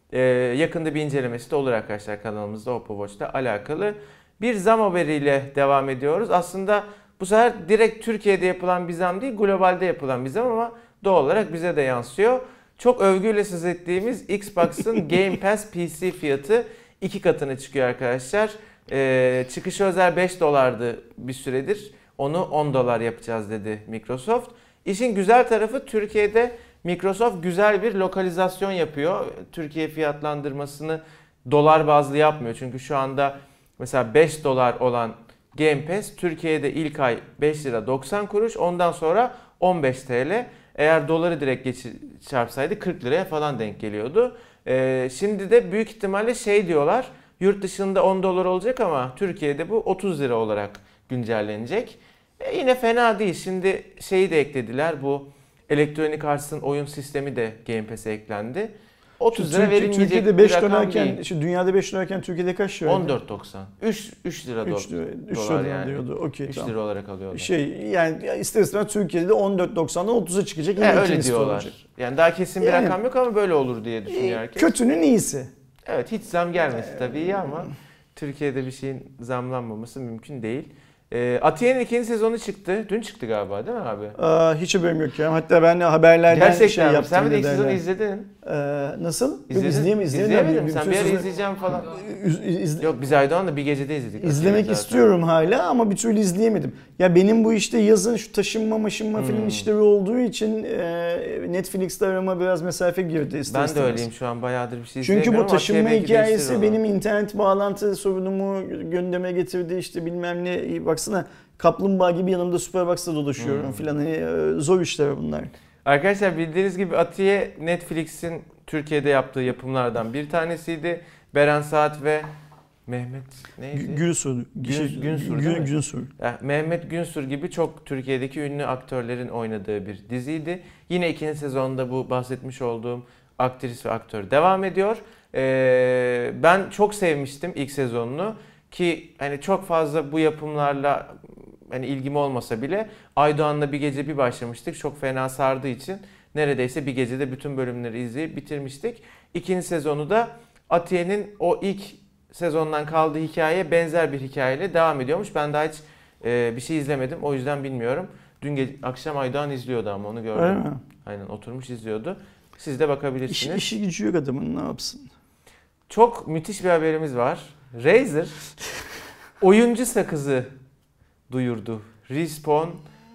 [SPEAKER 1] Ee, yakında bir incelemesi de olur arkadaşlar kanalımızda Oppo Watch'la alakalı. Bir zam haberiyle devam ediyoruz. Aslında bu sefer direkt Türkiye'de yapılan bir zam değil, globalde yapılan bir zam ama doğal olarak bize de yansıyor. Çok övgüyle söz ettiğimiz Xbox'ın Game Pass P C fiyatı iki katına çıkıyor arkadaşlar. Ee, çıkışı özel beş dolardı bir süredir. Onu on dolar yapacağız dedi Microsoft. İşin güzel tarafı Türkiye'de Microsoft güzel bir lokalizasyon yapıyor. Türkiye fiyatlandırmasını dolar bazlı yapmıyor. Çünkü şu anda mesela beş dolar olan Game Pass Türkiye'de ilk ay beş lira doksan kuruş, ondan sonra on beş TL. Eğer doları direkt geçir, çarpsaydı kırk liraya falan denk geliyordu. Ee, şimdi de büyük ihtimalle şey diyorlar, yurt dışında on dolar olacak ama Türkiye'de bu otuz lira olarak güncellenecek. E yine fena değil. Şimdi şeyi de eklediler, bu Electronic Arts'ın oyun sistemi de Game Pass'e eklendi. otuz lira verilmeyecek
[SPEAKER 2] Türkiye'de
[SPEAKER 1] bir
[SPEAKER 2] beş
[SPEAKER 1] rakam
[SPEAKER 2] dönerken,
[SPEAKER 1] değil.
[SPEAKER 2] şu dünyada beş dönerken Türkiye'de kaç liraydı?
[SPEAKER 1] on dört doksan. üç, üç lira,
[SPEAKER 2] üç lira, üç
[SPEAKER 1] dolar
[SPEAKER 2] lira
[SPEAKER 1] yani.
[SPEAKER 2] diyordu. Okey,
[SPEAKER 1] üç
[SPEAKER 2] tamam.
[SPEAKER 1] lira olarak alıyorlar.
[SPEAKER 2] Şey yani ister istemez Türkiye'de de on dört doksandan otuza çıkacak.
[SPEAKER 1] E,
[SPEAKER 2] Yine
[SPEAKER 1] öyle
[SPEAKER 2] ikincisi
[SPEAKER 1] diyorlar.
[SPEAKER 2] olacak.
[SPEAKER 1] Yani daha kesin bir
[SPEAKER 2] Yani,
[SPEAKER 1] rakam yok ama böyle olur diye düşünüyor herkes.
[SPEAKER 2] Kötünün iyisi.
[SPEAKER 1] Evet, hiç zam gelmesi tabii iyi ama Türkiye'de bir şeyin zamlanmaması mümkün değil. E, Atiye'nin ikinci sezonu çıktı. Dün çıktı galiba değil mi abi?
[SPEAKER 2] Aa, hiç haberim yok ya. Hatta ben de haberlerden
[SPEAKER 1] Gerçekten
[SPEAKER 2] şey
[SPEAKER 1] mi?
[SPEAKER 2] yaptım.
[SPEAKER 1] Sen bir de ilk
[SPEAKER 2] ne
[SPEAKER 1] sezonu
[SPEAKER 2] derler.
[SPEAKER 1] izledin.
[SPEAKER 2] Ee, nasıl?
[SPEAKER 1] İzledin.
[SPEAKER 2] İzleyeyim, izleyeyim.
[SPEAKER 1] İzleyemedim.
[SPEAKER 2] Bir-
[SPEAKER 1] Sen
[SPEAKER 2] bir
[SPEAKER 1] bir ara
[SPEAKER 2] sezonu-
[SPEAKER 1] izleyeceğim falan.
[SPEAKER 2] İz- iz-
[SPEAKER 1] Yok biz Aydoğan'la bir gecede izledik.
[SPEAKER 2] İzlemek
[SPEAKER 1] zaten.
[SPEAKER 2] istiyorum hala ama bir türlü izleyemedim. Ya benim bu işte yazın şu taşınma maşınma
[SPEAKER 1] Hmm.
[SPEAKER 2] film işleri olduğu için e, Netflix'te arama biraz mesafe girdi ister
[SPEAKER 1] Ben de
[SPEAKER 2] istemez.
[SPEAKER 1] öyleyim şu an, bayağıdır bir şey
[SPEAKER 2] Çünkü
[SPEAKER 1] izleyemiyorum.
[SPEAKER 2] bu
[SPEAKER 1] ama
[SPEAKER 2] taşınma
[SPEAKER 1] Atiye belki değiştirir
[SPEAKER 2] hikayesi
[SPEAKER 1] onu.
[SPEAKER 2] benim internet bağlantı sorunumu gündeme getirdi, işte bilmem ne, baksana kaplumbağa gibi yanımda Superbox'ta dolaşıyorum
[SPEAKER 1] Hmm.
[SPEAKER 2] filan, hani e, zor işler bunlar.
[SPEAKER 1] Arkadaşlar bildiğiniz gibi Atiye Netflix'in Türkiye'de yaptığı yapımlardan bir tanesiydi. Beren Saat ve Mehmet neydi?
[SPEAKER 2] Gü- Günsur.
[SPEAKER 1] Gün-
[SPEAKER 2] Şey,
[SPEAKER 1] Günsur
[SPEAKER 2] Gün-
[SPEAKER 1] değil mi?
[SPEAKER 2] Günsur.
[SPEAKER 1] Ya, Mehmet Günsur gibi çok Türkiye'deki ünlü aktörlerin oynadığı bir diziydi. Yine ikinci sezonda bu bahsetmiş olduğum aktris ve aktör devam ediyor. Ee, ben çok sevmiştim ilk sezonunu ki hani çok fazla bu yapımlarla hani ilgim olmasa bile Aydoğan'la bir gece bir başlamıştık. Çok fena sardığı için neredeyse bir gecede bütün bölümleri izleyip bitirmiştik. İkinci sezonu da Atiye'nin o ilk sezondan kaldığı hikayeye benzer bir hikayeyle devam ediyormuş. Ben daha hiç e, bir şey izlemedim. O yüzden bilmiyorum. Dün gece, akşam Aydoğan izliyordu ama onu gördüm.
[SPEAKER 2] Öyle mi?
[SPEAKER 1] Aynen, oturmuş izliyordu. Siz de
[SPEAKER 2] İş,
[SPEAKER 1] bakabilirsiniz.
[SPEAKER 2] işi gücü yok adamın, ne yapsın?
[SPEAKER 1] Çok müthiş bir haberimiz var. Razer oyuncu sakızı duyurdu. Respawn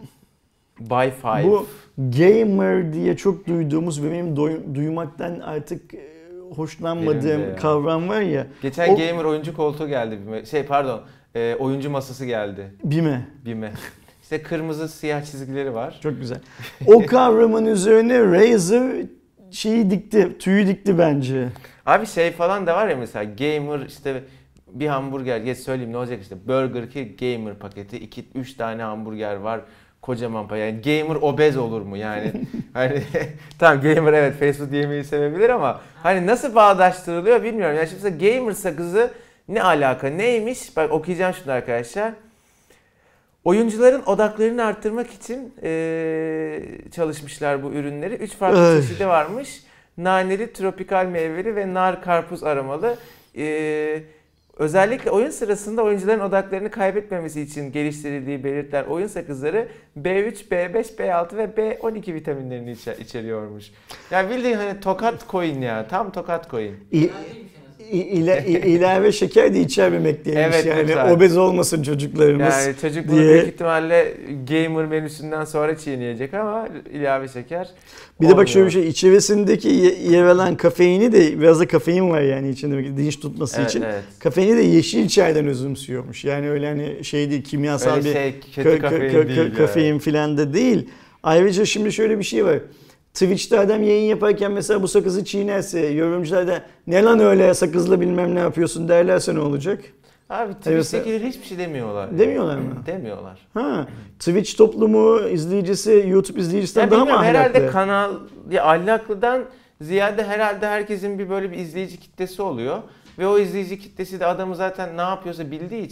[SPEAKER 1] by Five.
[SPEAKER 2] Bu gamer diye çok duyduğumuz ve benim doy- duymaktan artık e,
[SPEAKER 1] Benim
[SPEAKER 2] hoşlanmadığım
[SPEAKER 1] de ya.
[SPEAKER 2] kavram var ya.
[SPEAKER 1] Geçen
[SPEAKER 2] o-
[SPEAKER 1] gamer oyuncu koltuğu geldi. BİM'e. Şey pardon, e, oyuncu masası geldi
[SPEAKER 2] BİM'e.
[SPEAKER 1] BİM'e. İşte kırmızı siyah çizgileri var.
[SPEAKER 2] Çok güzel. O kavramın üzerine Razer şeyi dikti, tüyü dikti bence.
[SPEAKER 1] Abi şey falan da var ya, mesela gamer işte bir hamburger, geç söyleyeyim ne olacak, işte Burger King gamer paketi, iki üç tane hamburger var. Kocaman paket. Yani gamer obez olur mu yani? Hani tamam gamer evet fast food yemeyi sevebilir ama hani nasıl bağdaştırılıyor bilmiyorum. Yani şimdi mesela gamer sakızı ne alaka, neymiş? Bak okuyacağım şimdi arkadaşlar. Oyuncuların odaklarını arttırmak için eee, çalışmışlar bu ürünleri. Üç farklı
[SPEAKER 2] Öf.
[SPEAKER 1] çeşidi varmış. Naneli, tropikal meyveli ve nar karpuz aromalı. Eee, özellikle oyun sırasında oyuncuların odaklarını kaybetmemesi için geliştirildiği belirtilen oyun sakızları B üç, B beş, B altı ve B on iki vitaminlerini içer- içeriyormuş. Yani bildiğin hani tokat coin ya. Tam tokat coin.
[SPEAKER 2] İ- İ- ile, i- ilave şeker de içermemekteymiş,
[SPEAKER 1] Evet,
[SPEAKER 2] yani
[SPEAKER 1] lütfen.
[SPEAKER 2] obez olmasın çocuklarımız.
[SPEAKER 1] Yani çocuk bunu
[SPEAKER 2] diye.
[SPEAKER 1] büyük ihtimalle gamer menüsünden sonra çiğneyecek ama ilave şeker
[SPEAKER 2] Bir de bak şöyle
[SPEAKER 1] olmuyor.
[SPEAKER 2] bir şey, içerisindeki ye- yer alan kafeini de, biraz da kafein var yani içinde dinç tutması
[SPEAKER 1] Evet,
[SPEAKER 2] için.
[SPEAKER 1] evet.
[SPEAKER 2] Kafeini de yeşil çaydan özümsüyormuş. Yani öyle hani şey değil, kimyasal
[SPEAKER 1] Öyle
[SPEAKER 2] bir
[SPEAKER 1] şey, kötü
[SPEAKER 2] ka-
[SPEAKER 1] kafein
[SPEAKER 2] ka- ka-
[SPEAKER 1] değil yani.
[SPEAKER 2] kafein filan da değil. Ayrıca şimdi şöyle bir şey var. Twitch'te adam yayın yaparken mesela bu sakızı çiğnerse, yorumcular da ne lan öyle sakızla bilmem ne yapıyorsun derlerse ne olacak?
[SPEAKER 1] Abi Twitch'tekiler hiçbir şey demiyorlar. ya.
[SPEAKER 2] Demiyorlar mı?
[SPEAKER 1] Demiyorlar.
[SPEAKER 2] Ha, Twitch toplumu, izleyicisi YouTube izleyicisinden
[SPEAKER 1] Ya
[SPEAKER 2] daha mı
[SPEAKER 1] bilmiyorum,
[SPEAKER 2] ahlaklı?
[SPEAKER 1] herhalde kanal ya ahlaklıdan ziyade herhalde herkesin bir böyle bir izleyici kitlesi oluyor. Ve o izleyici kitlesi de adamı zaten ne yapıyorsa bildiği için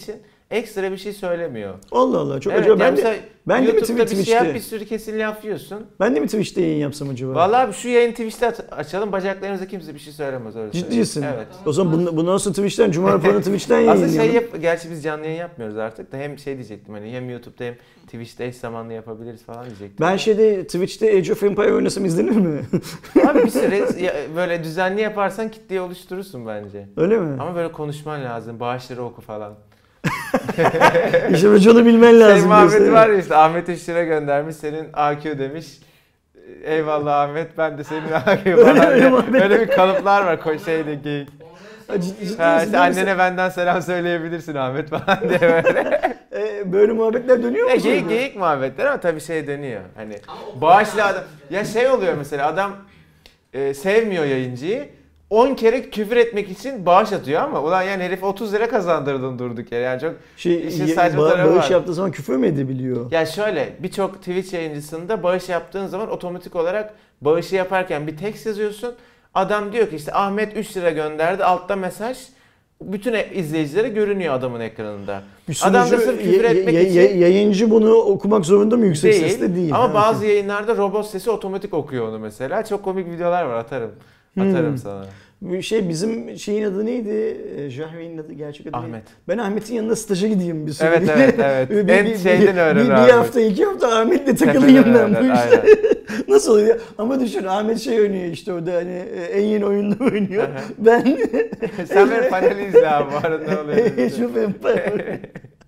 [SPEAKER 1] ekstra bir şey söylemiyor.
[SPEAKER 2] Allah Allah çok
[SPEAKER 1] Evet,
[SPEAKER 2] acayip.
[SPEAKER 1] yani
[SPEAKER 2] Ben de, ben de mi
[SPEAKER 1] YouTube'da bir şey
[SPEAKER 2] Twitch'te?
[SPEAKER 1] yap, bir sürü kesin laf yiyorsun.
[SPEAKER 2] Ben de mi Twitch'te yayın yapsam acaba?
[SPEAKER 1] Vallahi abi şu yayın Twitch'te aç- açalım, bacaklarımıza kimse bir şey söylemez öyle söyleyeyim.
[SPEAKER 2] Ciddisin.
[SPEAKER 1] Evet.
[SPEAKER 2] O zaman bundan, bundan sonra Twitch'ten, Cuma raporunu Twitch'ten yayınlayalım.
[SPEAKER 1] Aslında şey yap, gerçi biz canlı yayın yapmıyoruz artık da hem şey diyecektim hani hem YouTube'da hem Twitch'te eş zamanlı yapabiliriz falan diyecektim.
[SPEAKER 2] Ben şeyde Twitch'te Age of Empire oynasam izlenir mi?
[SPEAKER 1] Abi bir süre ya- böyle düzenli yaparsan kitleyi oluşturursun bence.
[SPEAKER 2] Öyle mi?
[SPEAKER 1] Ama böyle konuşman lazım, bağışları oku falan.
[SPEAKER 2] İşte raconu bilmen lazım.
[SPEAKER 1] Şey muhabbeti
[SPEAKER 2] diyorsun.
[SPEAKER 1] var ya işte Ahmet üç lira göndermiş senin A Q demiş. Eyvallah Ahmet ben de senin A Q
[SPEAKER 2] Öyle-
[SPEAKER 1] falan.
[SPEAKER 2] öyle
[SPEAKER 1] diye.
[SPEAKER 2] muhabbet.
[SPEAKER 1] Öyle bir kalıplar var ko- şeyde geyik.
[SPEAKER 2] Ha, ciddi, ciddi
[SPEAKER 1] Ha,
[SPEAKER 2] misin?
[SPEAKER 1] işte
[SPEAKER 2] Değil mi?
[SPEAKER 1] annene benden selam söyleyebilirsin Ahmet falan diye böyle.
[SPEAKER 2] E, böyle muhabbetler dönüyor mu?
[SPEAKER 1] Ya
[SPEAKER 2] sonra?
[SPEAKER 1] geyik, geyik muhabbetler ama tabii şey dönüyor. Hani bağışlı adam. Ya şey oluyor mesela adam e, sevmiyor yayıncıyı. on kere küfür etmek için bağış atıyor ama ulan yani herif otuz lira kazandırdın durduk yere. Yani çok
[SPEAKER 2] Şey,
[SPEAKER 1] işin
[SPEAKER 2] ye-
[SPEAKER 1] saçma
[SPEAKER 2] ba-
[SPEAKER 1] tarafı
[SPEAKER 2] bağış
[SPEAKER 1] var.
[SPEAKER 2] yaptığı zaman küfür mü edebiliyor?
[SPEAKER 1] Ya şöyle birçok Twitch yayıncısında bağış yaptığın zaman otomatik olarak bağışı yaparken bir tekst yazıyorsun. Adam diyor ki işte Ahmet üç lira gönderdi altta mesaj. Bütün e- izleyicilere görünüyor adamın ekranında.
[SPEAKER 2] Bir
[SPEAKER 1] Adam da
[SPEAKER 2] sunucu,
[SPEAKER 1] sırf küfür
[SPEAKER 2] ye-
[SPEAKER 1] etmek
[SPEAKER 2] ye-
[SPEAKER 1] için
[SPEAKER 2] ye- yayıncı bunu okumak zorunda mı yüksek
[SPEAKER 1] değil.
[SPEAKER 2] sesle değil.
[SPEAKER 1] Ama
[SPEAKER 2] Ha,
[SPEAKER 1] bazı
[SPEAKER 2] okey.
[SPEAKER 1] yayınlarda robot sesi otomatik okuyor onu mesela. Çok komik videolar var atarım. Atarım
[SPEAKER 2] Hmm.
[SPEAKER 1] sana.
[SPEAKER 2] Bu şey bizim şeyin adı neydi? E, Jahre'nin adı gerçek adı
[SPEAKER 1] Ahmet.
[SPEAKER 2] neydi? Ben Ahmet'in yanına staja gideyim bir süre.
[SPEAKER 1] Evet,
[SPEAKER 2] diye.
[SPEAKER 1] evet, evet.
[SPEAKER 2] bir,
[SPEAKER 1] En
[SPEAKER 2] bir,
[SPEAKER 1] şeyden
[SPEAKER 2] bir,
[SPEAKER 1] öğren
[SPEAKER 2] bir,
[SPEAKER 1] abi.
[SPEAKER 2] bir hafta iki hafta Ahmet'le takılayım
[SPEAKER 1] Tepeden
[SPEAKER 2] ben bu
[SPEAKER 1] öğren,
[SPEAKER 2] işte.
[SPEAKER 1] aynen.
[SPEAKER 2] Nasıl oluyor? Ama düşün Ahmet şey oynuyor işte orada hani e, en yeni oyunda oynuyor.
[SPEAKER 1] Aha.
[SPEAKER 2] Ben
[SPEAKER 1] Sen benim paneli izle abi bu arada ne oluyor?
[SPEAKER 2] Age of Empires.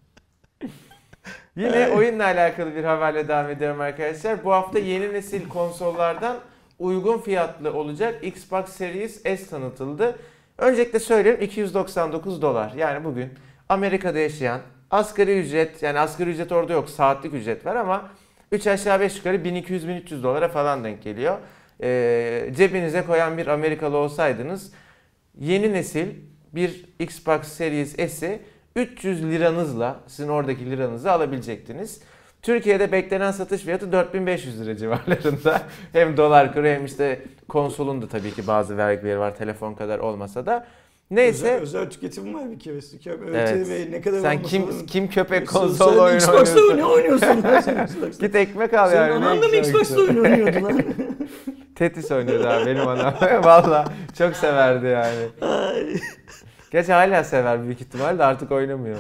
[SPEAKER 1] Yine oyunla alakalı bir haberle devam ediyorum arkadaşlar. Bu hafta yeni nesil konsollardan uygun fiyatlı olacak Xbox Series S tanıtıldı. Öncelikle söyleyeyim iki yüz doksan dokuz dolar. Yani bugün Amerika'da yaşayan asgari ücret yani asgari ücret orada yok saatlik ücret var ama üç aşağı beş yukarı bin iki yüz bin üç yüz dolara falan denk geliyor. Ee, cebinize koyan bir Amerikalı olsaydınız yeni nesil bir Xbox Series S'i üç yüz liranızla sizin oradaki liranızı alabilecektiniz. Türkiye'de beklenen satış fiyatı dört bin beş yüz lira civarlarında. Hem dolar kuru hem işte konsolun da tabii ki bazı vergileri var telefon kadar olmasa da. Neyse.
[SPEAKER 2] Özel, özel tüketim var bir kere.
[SPEAKER 1] Evet.
[SPEAKER 2] Evet. Ne kadar
[SPEAKER 1] Sen
[SPEAKER 2] olmasa
[SPEAKER 1] kim
[SPEAKER 2] da-
[SPEAKER 1] kim köpek
[SPEAKER 2] Sen-
[SPEAKER 1] konsol
[SPEAKER 2] sen
[SPEAKER 1] oyunu
[SPEAKER 2] Xbox'ta
[SPEAKER 1] oynuyorsun?
[SPEAKER 2] ne oynuyorsun lan sen Xbox'ta?
[SPEAKER 1] Git ekmek al
[SPEAKER 2] Senin
[SPEAKER 1] yani.
[SPEAKER 2] anan da mı Xbox'ta oyun oynuyordu lan?
[SPEAKER 1] Tetris oynuyordu abi benim anam. Valla çok severdi yani.
[SPEAKER 2] Ay.
[SPEAKER 1] Gerçi hala sever büyük ihtimalle de artık oynamıyor.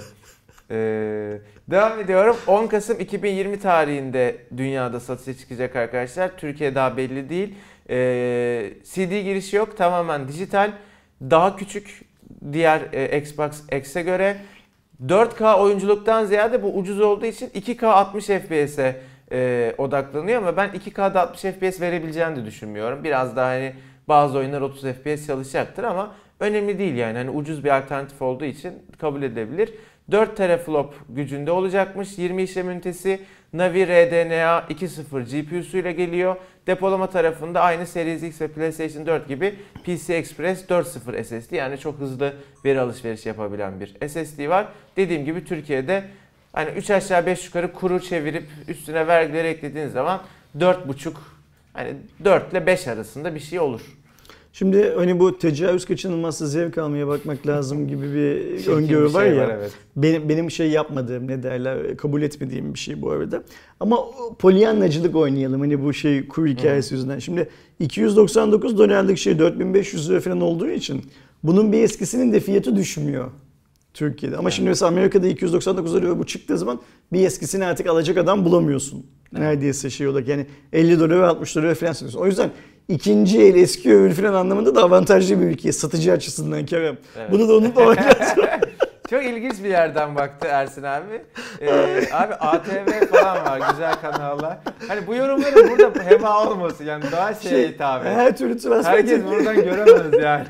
[SPEAKER 1] Ee, devam ediyorum. on Kasım iki bin yirmi tarihinde dünyada satışa çıkacak arkadaşlar. Türkiye daha belli değil. Ee, C D girişi yok. Tamamen dijital. Daha küçük diğer e, Xbox X'e göre. dört K oyunculuktan ziyade bu ucuz olduğu için iki K altmış F P S'e e, odaklanıyor ama ben iki K'da altmış F P S verebileceğini de düşünmüyorum. Biraz daha hani bazı oyunlar otuz F P S çalışacaktır ama önemli değil yani. Hani ucuz bir alternatif olduğu için kabul edilebilir. dört teraflop gücünde olacakmış. yirmi işlem ünitesi Navi R D N A iki nokta sıfır G P U'suyla geliyor. Depolama tarafında aynı Series X ve PlayStation dört gibi P C Express dört nokta sıfır S S D yani çok hızlı veri alışverişi yapabilen bir S S D var. Dediğim gibi Türkiye'de hani üç aşağı beş yukarı kuru çevirip üstüne vergileri eklediğiniz zaman dört buçuk hani dört ile beş arasında bir şey olur.
[SPEAKER 2] Şimdi hani bu tecavüz kaçınılmazsa zevk almaya bakmak lazım gibi bir
[SPEAKER 1] Çirkin
[SPEAKER 2] öngörü
[SPEAKER 1] bir şey
[SPEAKER 2] var ya.
[SPEAKER 1] var, evet.
[SPEAKER 2] Benim benim şey yapmadığım ne derler kabul etmediğim bir şey bu arada. Ama polyanlacılık oynayalım hani bu şey kuru hikayesi yüzünden. Şimdi iki yüz doksan dokuz dolarlık şey dört bin beş yüz lira falan olduğu için bunun bir eskisinin de fiyatı düşmüyor Türkiye'de. Ama şimdi mesela Amerika'da iki yüz doksan dokuz dolar bu çıktığı zaman bir eskisini artık alacak adam bulamıyorsun. Neredeyse şey olarak yani elli dolar ve altmış dolar falan satıyorsun. O yüzden ikinci el eski ürün falan anlamında da avantajlı bir ülke satıcı açısından Kerem.
[SPEAKER 1] Evet.
[SPEAKER 2] Bunu da unutmamak lazım.
[SPEAKER 1] Çok ilginç bir yerden baktı Ersin abi. Ee, abi A T V falan var güzel kanallar. Hani bu yorumların burada heba olmasın yani daha şeye
[SPEAKER 2] Şey,
[SPEAKER 1] hitap et.
[SPEAKER 2] her türlü transfer
[SPEAKER 1] Herkes
[SPEAKER 2] teklifi,
[SPEAKER 1] buradan göremez yani.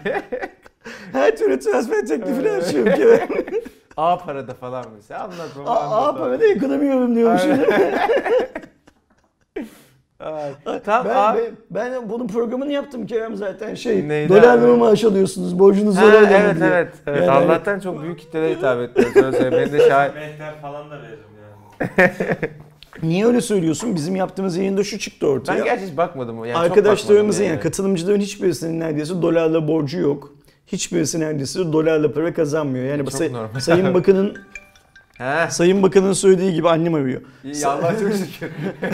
[SPEAKER 2] her türlü transfer teklifini açıyorum Kerem.
[SPEAKER 1] A parada falan mesela anlat baba
[SPEAKER 2] Aa,
[SPEAKER 1] anlat.
[SPEAKER 2] aa da ekonomi yorum diyormuş.
[SPEAKER 1] Ay, Tam
[SPEAKER 2] Ben,
[SPEAKER 1] abi.
[SPEAKER 2] ben, ben bunun programını yaptım Kerem zaten şey
[SPEAKER 1] Neydi
[SPEAKER 2] dolarla mı
[SPEAKER 1] abi?
[SPEAKER 2] maaş alıyorsunuz borcunuz
[SPEAKER 1] Ha,
[SPEAKER 2] var öyle mi
[SPEAKER 1] evet,
[SPEAKER 2] diye.
[SPEAKER 1] evet evet.
[SPEAKER 2] Yani-
[SPEAKER 1] Allah'tan çok büyük kitlere hitap etmiyoruz. Öyle söyleyeyim. Ben de şahit.
[SPEAKER 3] Mehter falan da veririm yani.
[SPEAKER 2] Niye öyle söylüyorsun? Bizim yaptığımız yayında şu çıktı ortaya.
[SPEAKER 1] Ben gerçi hiç bakmadım. Yani çok
[SPEAKER 2] Arkadaşlarımızın
[SPEAKER 1] bakmadım
[SPEAKER 2] yani katılımcıların hiçbirisinin neredeyse dolarla borcu yok. Hiçbirisi neredeyse dolarla para kazanmıyor. Yani
[SPEAKER 1] Çok
[SPEAKER 2] say-
[SPEAKER 1] normal.
[SPEAKER 2] Sayın Bakan'ın
[SPEAKER 1] He.
[SPEAKER 2] Sayın Bakan'ın söylediği gibi annem arıyor.
[SPEAKER 1] İyi, Allah çok şükür.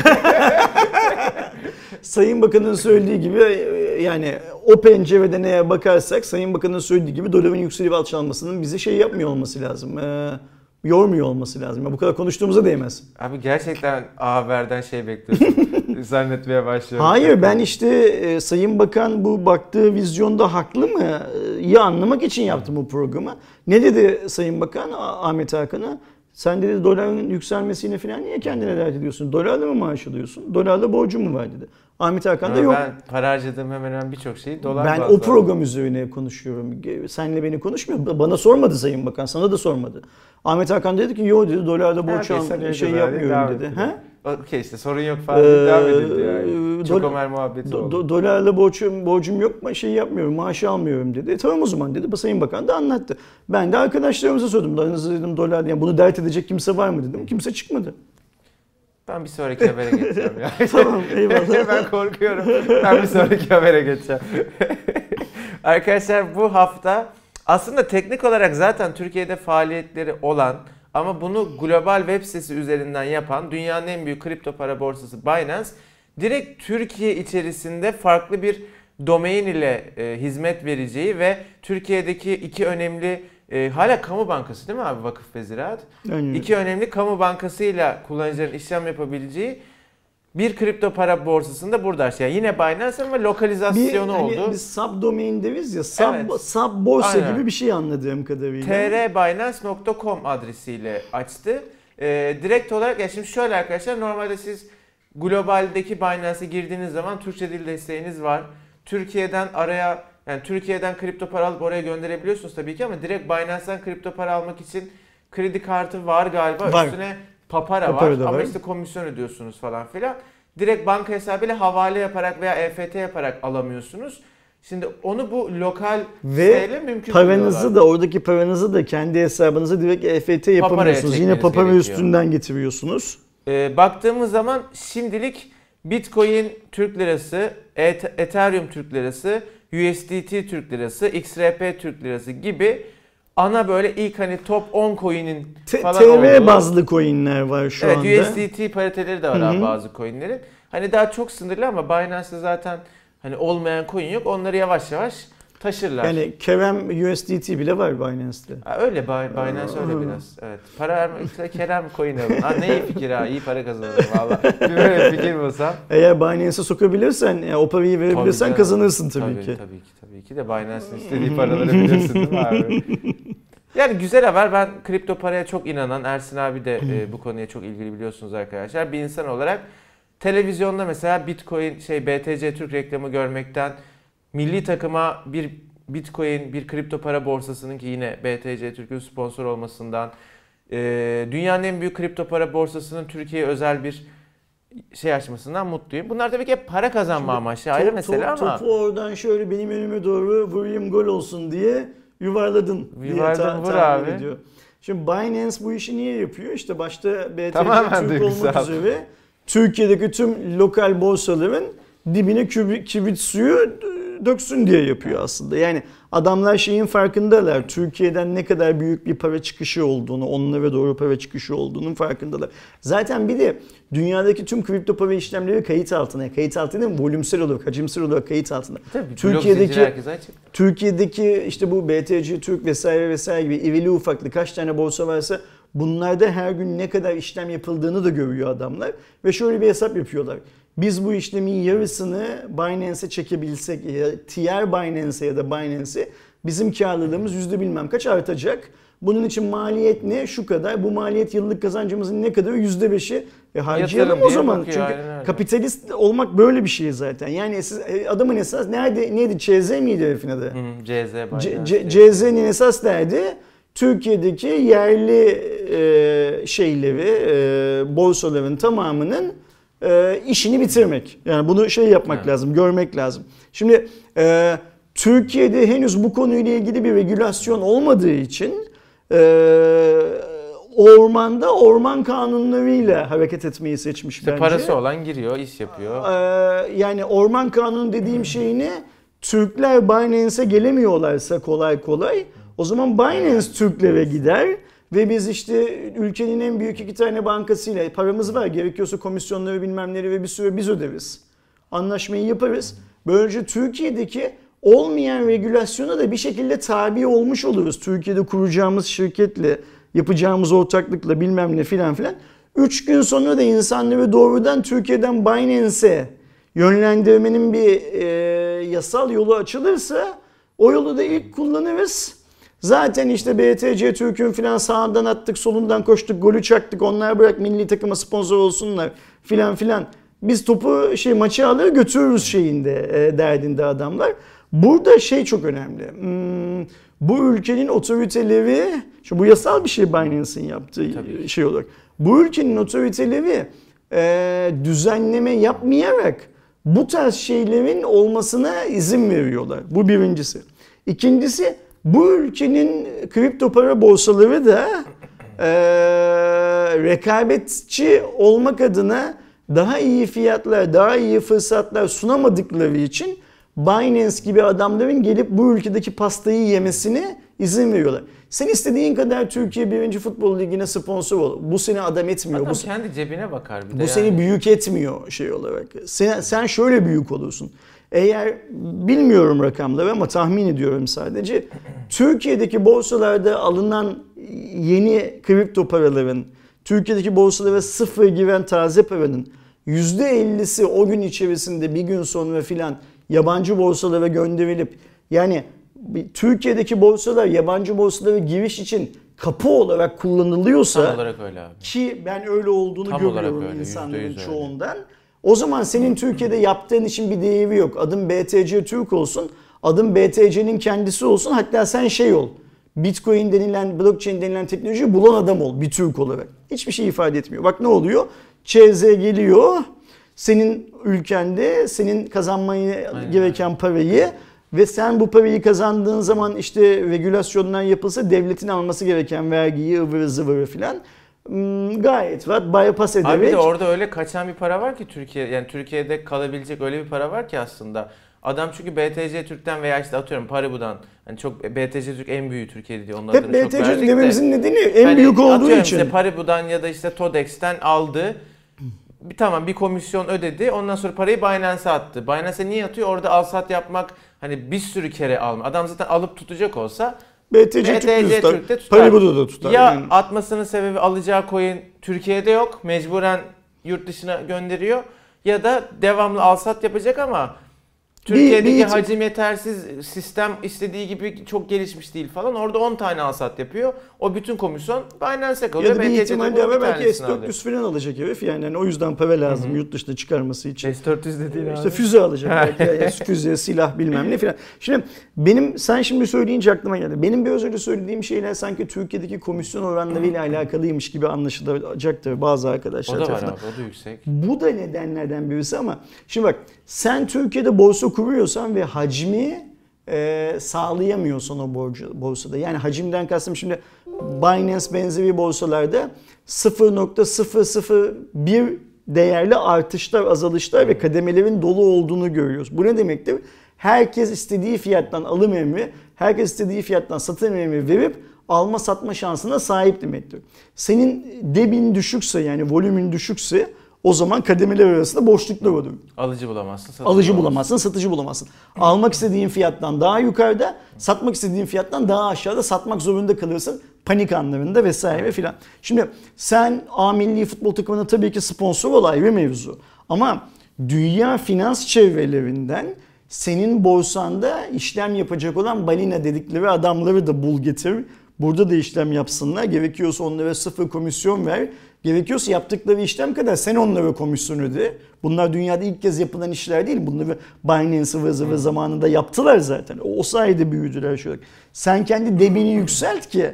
[SPEAKER 2] Sayın Bakan'ın söylediği gibi e, yani o pencereden eğer bakarsak Sayın Bakan'ın söylediği gibi doların yükselip alçalmasının bizi şey yapmıyor olması lazım. E, yormuyor olması lazım. Ya bu kadar konuştuğumuza değmez.
[SPEAKER 1] Abi gerçekten A Haber'den şey bekliyorsun. Zannetmeye başlıyorum.
[SPEAKER 2] Hayır, ben işte e, Sayın Bakan bu baktığı vizyonda haklı mı? E, iyi anlamak için yaptım bu programı. Ne dedi Sayın Bakan Ahmet Hakan'a? Sen dedi doların yükselmesine falan niye kendine dert ediyorsun? Dolarla mı maaş alıyorsun? Dolarla borcun mu var dedi. Ahmet Hakan da
[SPEAKER 1] Ama
[SPEAKER 2] yok.
[SPEAKER 1] Ben para harcadığım hemen hemen birçok şeyi dolar
[SPEAKER 2] Ben
[SPEAKER 1] bazlı
[SPEAKER 2] o program üzerine konuşuyorum. Senle beni konuşmuyor. Bana sormadı Sayın Bakan, sana da sormadı. Ahmet Hakan dedi ki yo dedi dolarla borç al şey yapmıyorum dedi. He?
[SPEAKER 1] Okey işte sorun yok falan ee, devam edildi yani. Çok
[SPEAKER 2] do-
[SPEAKER 1] Ömer muhabbeti
[SPEAKER 2] do-
[SPEAKER 1] oldu.
[SPEAKER 2] Do- dolarla borcum, borcum yok, şey yapmıyorum, maaşı almıyorum dedi. E, tamam o zaman dedi. Sayın Bakan da anlattı. Ben de arkadaşlarımıza sordum. Dolarınızı dedim dolar, yani bunu dert edecek kimse var mı dedim. Kimse çıkmadı.
[SPEAKER 1] Ben bir sonraki habere geçeceğim ya.
[SPEAKER 2] Tamam, eyvallah.
[SPEAKER 1] Ben korkuyorum. Ben bir sonraki habere geçeceğim. Arkadaşlar bu hafta aslında teknik olarak zaten Türkiye'de faaliyetleri olan ama bunu global web sitesi üzerinden yapan dünyanın en büyük kripto para borsası Binance direkt Türkiye içerisinde farklı bir domain ile e, hizmet vereceği ve Türkiye'deki iki önemli e, hala kamu bankası değil mi abi Vakıf ve Ziraat?
[SPEAKER 2] Aynen.
[SPEAKER 1] İki önemli kamu bankasıyla kullanıcıların işlem yapabileceği bir kripto para borsasında burada açtı. Yani yine Binance ama lokalizasyonu
[SPEAKER 2] bir,
[SPEAKER 1] oldu.
[SPEAKER 2] Hani biz subdomain deriz ya, sub,
[SPEAKER 1] Evet.
[SPEAKER 2] sub borsa
[SPEAKER 1] Aynen.
[SPEAKER 2] gibi bir şey anladığım kadarıyla.
[SPEAKER 1] t r binance nokta com adresiyle açtı. Ee, direkt olarak ya şimdi şöyle arkadaşlar, normalde siz globaldeki Binance'e girdiğiniz zaman Türkçe dil desteğiniz var. Türkiye'den araya yani Türkiye'den kripto para alıp oraya gönderebiliyorsunuz tabii ki ama direkt Binance'dan kripto para almak için kredi kartı var galiba.
[SPEAKER 2] Var.
[SPEAKER 1] Üstüne papara,
[SPEAKER 2] Papara
[SPEAKER 1] var
[SPEAKER 2] da
[SPEAKER 1] ama
[SPEAKER 2] var.
[SPEAKER 1] işte komisyon ödüyorsunuz falan filan. Direkt banka hesabıyla havale yaparak veya E F T yaparak alamıyorsunuz. Şimdi onu bu lokal
[SPEAKER 2] Ve
[SPEAKER 1] mümkün
[SPEAKER 2] paranızı
[SPEAKER 1] kılıyorlar.
[SPEAKER 2] da oradaki paranızı da kendi hesabınıza direkt E F T yapamıyorsunuz. Yine papara
[SPEAKER 1] gerekiyor.
[SPEAKER 2] üstünden getiriyorsunuz.
[SPEAKER 1] Ee, baktığımız zaman şimdilik Bitcoin Türk Lirası, Ethereum Türk Lirası, U S D T Türk Lirası, X R P Türk Lirası gibi ana böyle ilk hani top on coin'in falan
[SPEAKER 2] T V
[SPEAKER 1] olduğu.
[SPEAKER 2] bazlı coin'ler var şu
[SPEAKER 1] evet,
[SPEAKER 2] anda.
[SPEAKER 1] U S D T pariteleri de var
[SPEAKER 2] Hı-hı.
[SPEAKER 1] abi bazı coin'lerin. Hani daha çok sınırlı ama Binance'da zaten hani olmayan coin yok. Onları yavaş yavaş taşırlar.
[SPEAKER 2] Yani Kerem U S D T bile var Binance'te.
[SPEAKER 1] Ha, öyle Binance öyle biraz. Evet. Para vermek Kerem coin alın. Ha, ne iyi fikir ha. İyi para kazanırım valla. Bir böyle fikir bulsam.
[SPEAKER 2] Eğer Binance'e sokabilirsen, yani o parayı verebilirsen
[SPEAKER 1] Tabii
[SPEAKER 2] kazanırsın tabii,
[SPEAKER 1] tabii
[SPEAKER 2] ki.
[SPEAKER 1] Tabii ki tabii ki de Binance'ın istediği paraları biliyorsun değil mi abi? Yani güzel haber. Ben kripto paraya çok inanan, Ersin abi de e, bu konuya çok ilgili biliyorsunuz arkadaşlar. Bir insan olarak televizyonda mesela Bitcoin şey B T C Türk reklamı görmekten, milli takıma bir Bitcoin, bir kripto para borsasının ki yine B T C Türk'ün sponsor olmasından, e, dünyanın en büyük kripto para borsasının Türkiye'ye özel bir şey açmasından mutluyum. Bunlar tabii ki hep para kazanma amaçlı ayrı
[SPEAKER 2] Top-
[SPEAKER 1] mesele
[SPEAKER 2] top-
[SPEAKER 1] ama.
[SPEAKER 2] Topu oradan şöyle benim önüme doğru vurayım gol olsun diye yuvarladın diye
[SPEAKER 1] Yuvarladım,
[SPEAKER 2] ta-
[SPEAKER 1] vur
[SPEAKER 2] tahmin
[SPEAKER 1] abi.
[SPEAKER 2] ediyor. Şimdi Binance bu işi niye yapıyor? İşte başta B T C
[SPEAKER 1] Tamamen
[SPEAKER 2] Türk olmak
[SPEAKER 1] duygusal.
[SPEAKER 2] üzere Türkiye'deki tüm lokal borsaların dibine kübrit, kibrit suyu döksün diye yapıyor aslında. Yani adamlar şeyin farkındalar. Türkiye'den ne kadar büyük bir para çıkışı olduğunu, onlara doğru para çıkışı olduğunun farkındalar. Zaten bir de dünyadaki tüm kripto para işlemleri kayıt altına. Kayıt altında değil mi? Volümsel olarak, hacimsel olarak kayıt altında.
[SPEAKER 1] Tabii,
[SPEAKER 2] Türkiye'deki
[SPEAKER 1] açık.
[SPEAKER 2] Türkiye'deki işte bu B T C Türk vesaire vesaire gibi irili ufaklı kaç tane borsa varsa bunlarda her gün ne kadar işlem yapıldığını da görüyor adamlar. Ve şöyle bir hesap yapıyorlar. Biz bu işlemin yarısını Binance'e çekebilsek, diğer Binance'e ya da Binance'e bizim karlılığımız yüzde bilmem kaç artacak. Bunun için maliyet ne? Şu kadar. Bu maliyet yıllık kazancımızın ne kadar? yüzde beşi. E harcayalım
[SPEAKER 1] Yatırım
[SPEAKER 2] o zaman.
[SPEAKER 1] bakıyor,
[SPEAKER 2] Çünkü
[SPEAKER 1] aynen öyle.
[SPEAKER 2] kapitalist olmak böyle bir şey zaten. Yani esas, adamın esas nerede, neydi? Ç Z miydi herifin adı?
[SPEAKER 1] Hı, C Z Binance.
[SPEAKER 2] C- C- CZ'nin esas derdi Türkiye'deki yerli e, şeyleri, e, borsaların tamamının e, işini bitirmek. Yani bunu şey yapmak
[SPEAKER 1] Evet.
[SPEAKER 2] lazım, görmek lazım. Şimdi e, Türkiye'de henüz bu konuyla ilgili bir regülasyon olmadığı için e, ormanda orman kanunlarıyla hareket etmeyi seçmiş
[SPEAKER 1] İşte
[SPEAKER 2] bence.
[SPEAKER 1] parası olan giriyor, iş yapıyor.
[SPEAKER 2] Ee, yani orman kanunu dediğim şey ne? Türkler Binance'e gelemiyorlarsa kolay kolay o zaman Binance Türklere gider ve biz işte ülkenin en büyük iki tane bankasıyla paramız var. Gerekiyorsa komisyonları bilmem neleri ve bir süre biz öderiz. Anlaşmayı yaparız. Böylece Türkiye'deki olmayan regülasyona da bir şekilde tabi olmuş oluruz. Türkiye'de kuracağımız şirketle, yapacağımız ortaklıkla bilmem ne filan filan. Üç gün sonra da insanları doğrudan Türkiye'den Binance'e yönlendirmenin bir e, yasal yolu açılırsa o yolu da ilk kullanırız. Zaten işte B T C Türk'ün filan sağından attık, solundan koştuk, golü çaktık. Onlar bırak milli takıma sponsor olsunlar filan filan. Biz topu şey maçı alır götürürüz şeyinde e, derdinde adamlar. Burada şey çok önemli. Hmm, bu ülkenin otoriteleri, şu bu yasal bir şey Binance'in yaptığı Tabii. şey olarak. Bu ülkenin otoriteleri e, düzenleme yapmayarak bu tarz şeylerin olmasına izin veriyorlar. Bu birincisi. İkincisi bu ülkenin kripto para borsaları da e, rekabetçi olmak adına daha iyi fiyatlar, daha iyi fırsatlar sunamadıkları için Binance gibi adamların gelip bu ülkedeki pastayı yemesine izin veriyorlar. Sen istediğin kadar Türkiye birinci Futbol Ligi'ne sponsor ol. Bu seni adam etmiyor.
[SPEAKER 1] Adam
[SPEAKER 2] bu
[SPEAKER 1] kendi cebine bakar bir de
[SPEAKER 2] Bu
[SPEAKER 1] yani.
[SPEAKER 2] seni büyük etmiyor şey olarak. Sen, sen şöyle büyük olursun. Eğer bilmiyorum rakamları ama tahmin ediyorum sadece. Türkiye'deki borsalarda alınan yeni kripto paraların, Türkiye'deki borsalara sıfır giren taze paranın yüzde ellisi o gün içerisinde bir gün sonra filan yabancı borsalara gönderilip yani Türkiye'deki borsalar yabancı borsalara giriş için kapı olarak kullanılıyorsa
[SPEAKER 1] Tam olarak öyle abi.
[SPEAKER 2] Ki ben öyle olduğunu
[SPEAKER 1] Tam
[SPEAKER 2] görüyorum
[SPEAKER 1] öyle,
[SPEAKER 2] insanların çoğundan. O zaman senin Türkiye'de yaptığın için bir değeri yok. Adın B T C Türk olsun, adın B T C'nin kendisi olsun. Hatta sen şey ol, Bitcoin denilen, blockchain denilen teknolojiyi bulan adam ol bir Türk olarak. Hiçbir şey ifade etmiyor. Bak ne oluyor? Ç Z geliyor, senin ülkende senin kazanmayı Aynen. gereken parayı ve sen bu parayı kazandığın zaman işte regülasyonlar yapılsa devletin alması gereken vergiyi ıvırı zıvırı filan gayet rahat bypass ederek.
[SPEAKER 1] Abi de orada öyle kaçan bir para var ki Türkiye, yani Türkiye'de kalabilecek öyle bir para var ki aslında. Adam çünkü B T C Türk'ten veya işte atıyorum Paribu'dan, hani çok B T C Türk en büyüğü Türkiye'de diyor. Onun
[SPEAKER 2] Hep B T C dememizin nedeni en
[SPEAKER 1] hani
[SPEAKER 2] büyük olduğu
[SPEAKER 1] atıyorum
[SPEAKER 2] için.
[SPEAKER 1] Işte Paribu'dan ya da işte Todex'ten aldı. Bir tamam bir komisyon ödedi. Ondan sonra parayı Binance'a attı. Binance'a niye atıyor? Orada al sat yapmak hani bir sürü kere alma. Adam zaten alıp tutacak olsa
[SPEAKER 2] B T C Türk'te
[SPEAKER 1] tutar. tutar.
[SPEAKER 2] Paribu'da da tutar.
[SPEAKER 1] Ya
[SPEAKER 2] yani.
[SPEAKER 1] atmasının sebebi alacağı coin Türkiye'de yok. Mecburen yurt dışına gönderiyor. Ya da devamlı al sat yapacak ama Türkiye'deki bir, bir hacim yetersiz, sistem istediği gibi çok gelişmiş değil falan. Orada on tane al sat yapıyor. O bütün komisyon Binance'e kalıyor.
[SPEAKER 2] Ya da bir ihtimalle de belki S dört yüz falan alacak herif yani. yani o yüzden para lazım Hı-hı. yurt dışına çıkarması için.
[SPEAKER 1] S dört yüz dediğin
[SPEAKER 2] İşte abi. Füze alacak belki. yani füze, silah bilmem ne falan. Şimdi benim sen şimdi söyleyince aklıma geldi. Benim biraz önce söylediğim şeyler sanki Türkiye'deki komisyon oranlarıyla alakalıymış gibi anlaşılacaktır bazı arkadaşlar
[SPEAKER 1] O da var
[SPEAKER 2] tarafından.
[SPEAKER 1] abi, o da yüksek.
[SPEAKER 2] Bu da nedenlerden birisi ama şimdi bak sen Türkiye'de borsa kuruyorsan ve hacmi e, sağlayamıyorsan o borcu, borsada. Yani hacimden kastım şimdi Binance benzeri borsalarda sıfır nokta sıfır sıfır bir değerli artışlar, azalışlar hmm. ve kademelerin dolu olduğunu görüyoruz. Bu ne demektir? Herkes istediği fiyattan alım emri, herkes istediği fiyattan satım emri verip alma satma şansına sahip demektir. Senin debin düşükse yani volümün düşükse o zaman kademeler arasında boşluklar olur.
[SPEAKER 1] Alıcı bulamazsın, satıcı
[SPEAKER 2] Alıcı
[SPEAKER 1] bulamazsın.
[SPEAKER 2] bulamazsın, satıcı bulamazsın. Almak istediğin fiyattan daha yukarıda, satmak istediğin fiyattan daha aşağıda satmak zorunda kalırsın. Panik anlarında vesaire filan. Şimdi sen A milli futbol takımına tabii ki sponsor ol ayrı mevzu. Ama dünya finans çevrelerinden senin borsanda işlem yapacak olan balina dedikleri adamları da bul getir. Burada da işlem yapsınlar. Gerekiyorsa onlara sıfır komisyon ver. Gerekiyorsa yaptıkları işlem kadar sen onlara komisyon öde. Bunlar dünyada ilk kez yapılan işler değil. Bunları Binance ıvır zıvır zamanında yaptılar zaten. O sayede büyüdüler şöyle. Sen kendi debini yükselt ki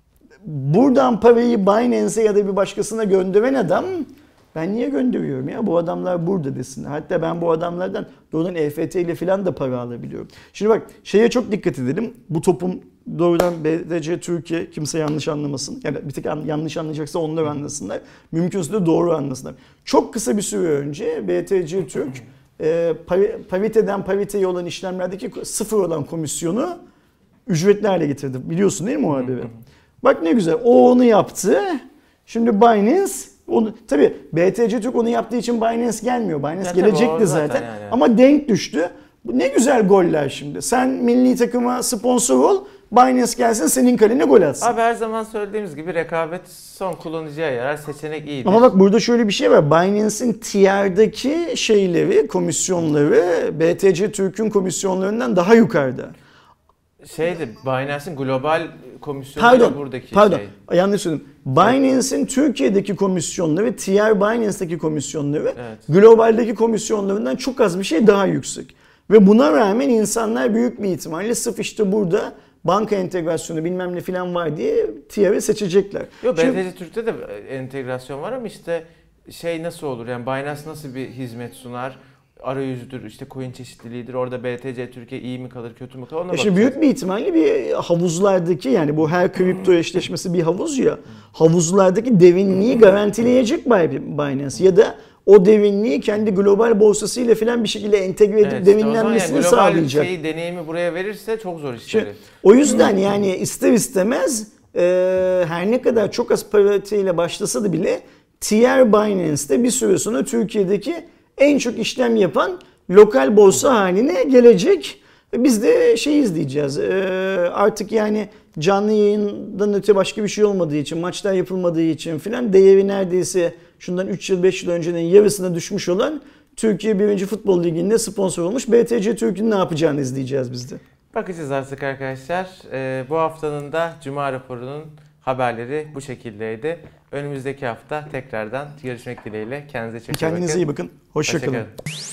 [SPEAKER 2] buradan parayı Binance'e ya da bir başkasına gönderen adam ben niye gönderiyorum ya bu adamlar burada desin. Hatta ben bu adamlardan doğrudan E F T ile falan da para alabiliyorum. Şimdi bak şeye çok dikkat edelim. Bu toplum doğrudan B T C Türkiye kimse yanlış anlamasın. Yani bir tek yanlış anlayacaksa onlar anlasınlar. Mümkünse de doğru anlasınlar. Çok kısa bir süre önce B T C Türk e, pariteden pariteye olan işlemlerdeki sıfır olan komisyonu ücretli hale getirdi. Biliyorsun değil mi o haberi? Bak ne güzel. O onu yaptı. Şimdi Binance onu tabii B T C Türk onu yaptığı için Binance gelmiyor. Binance
[SPEAKER 1] Ya
[SPEAKER 2] gelecekti
[SPEAKER 1] tabii,
[SPEAKER 2] zaten.
[SPEAKER 1] zaten yani.
[SPEAKER 2] Ama denk düştü. Bu ne güzel goller şimdi. Sen milli takıma sponsor ol. Binance gelsin senin kalene gol atsın.
[SPEAKER 1] Abi her zaman söylediğimiz gibi rekabet son kullanıcıya yarar. Seçenek iyidir.
[SPEAKER 2] Ama bak burada şöyle bir şey var. Binance'in T R'daki şeyleri, komisyonları B T C Türk'ün komisyonlarından daha yukarıda.
[SPEAKER 1] Şeydi, Binance'in global komisyonu
[SPEAKER 2] Pardon,
[SPEAKER 1] buradaki
[SPEAKER 2] pardon.
[SPEAKER 1] şey.
[SPEAKER 2] Yanlış söyledim. Binance'in Türkiye'deki komisyonları, T R Binance'daki komisyonları
[SPEAKER 1] Evet.
[SPEAKER 2] globaldeki komisyonlarından çok az bir şey daha yüksek. Ve buna rağmen insanlar büyük bir ihtimalle sırf işte burada banka entegrasyonu bilmem ne falan var diye T R'ı seçecekler.
[SPEAKER 1] Yok,
[SPEAKER 2] Şimdi-
[SPEAKER 1] B T C Türk'te de entegrasyon var ama işte şey nasıl olur? Yani Binance nasıl bir hizmet sunar? Arayüzüdür, işte coin çeşitliliğidir. Orada B T C Türkiye iyi mi kalır, kötü mü kalır ona
[SPEAKER 2] E şimdi
[SPEAKER 1] bakacağız.
[SPEAKER 2] büyük bir ihtimalle bir havuzlardaki yani bu her kripto eşleşmesi bir havuz ya. Havuzlardaki derinliği garantileyecek Binance ya da o derinliği kendi global borsasıyla falan bir şekilde entegre edip
[SPEAKER 1] Evet, işte o zaman
[SPEAKER 2] derinlenmesini
[SPEAKER 1] yani global
[SPEAKER 2] sağlayacak.
[SPEAKER 1] şeyi, deneyimi buraya verirse çok zor işleri.
[SPEAKER 2] Şimdi, o yüzden yani ister istemez e, her ne kadar çok az pariteyle başlasa da bile T R Binance'de bir süre sonra Türkiye'deki en çok işlem yapan lokal borsa haline gelecek. Biz de şey izleyeceğiz. E, artık yani canlı yayından öte başka bir şey olmadığı için, maçlar yapılmadığı için filan değeri neredeyse şundan üç yıl beş yıl öncenin yarısına düşmüş olan Türkiye birinci Futbol Ligi'nde sponsor olmuş B T C Türk'ün ne yapacağını izleyeceğiz biz de.
[SPEAKER 1] Bakacağız artık arkadaşlar. Ee, bu haftanın da Cuma raporunun haberleri bu şekildeydi. Önümüzdeki hafta tekrardan görüşmek dileğiyle. Kendinize çok iyi bakın.
[SPEAKER 2] Kendinize iyi bakın. Hoşça kalın.
[SPEAKER 1] Hoşça kalın.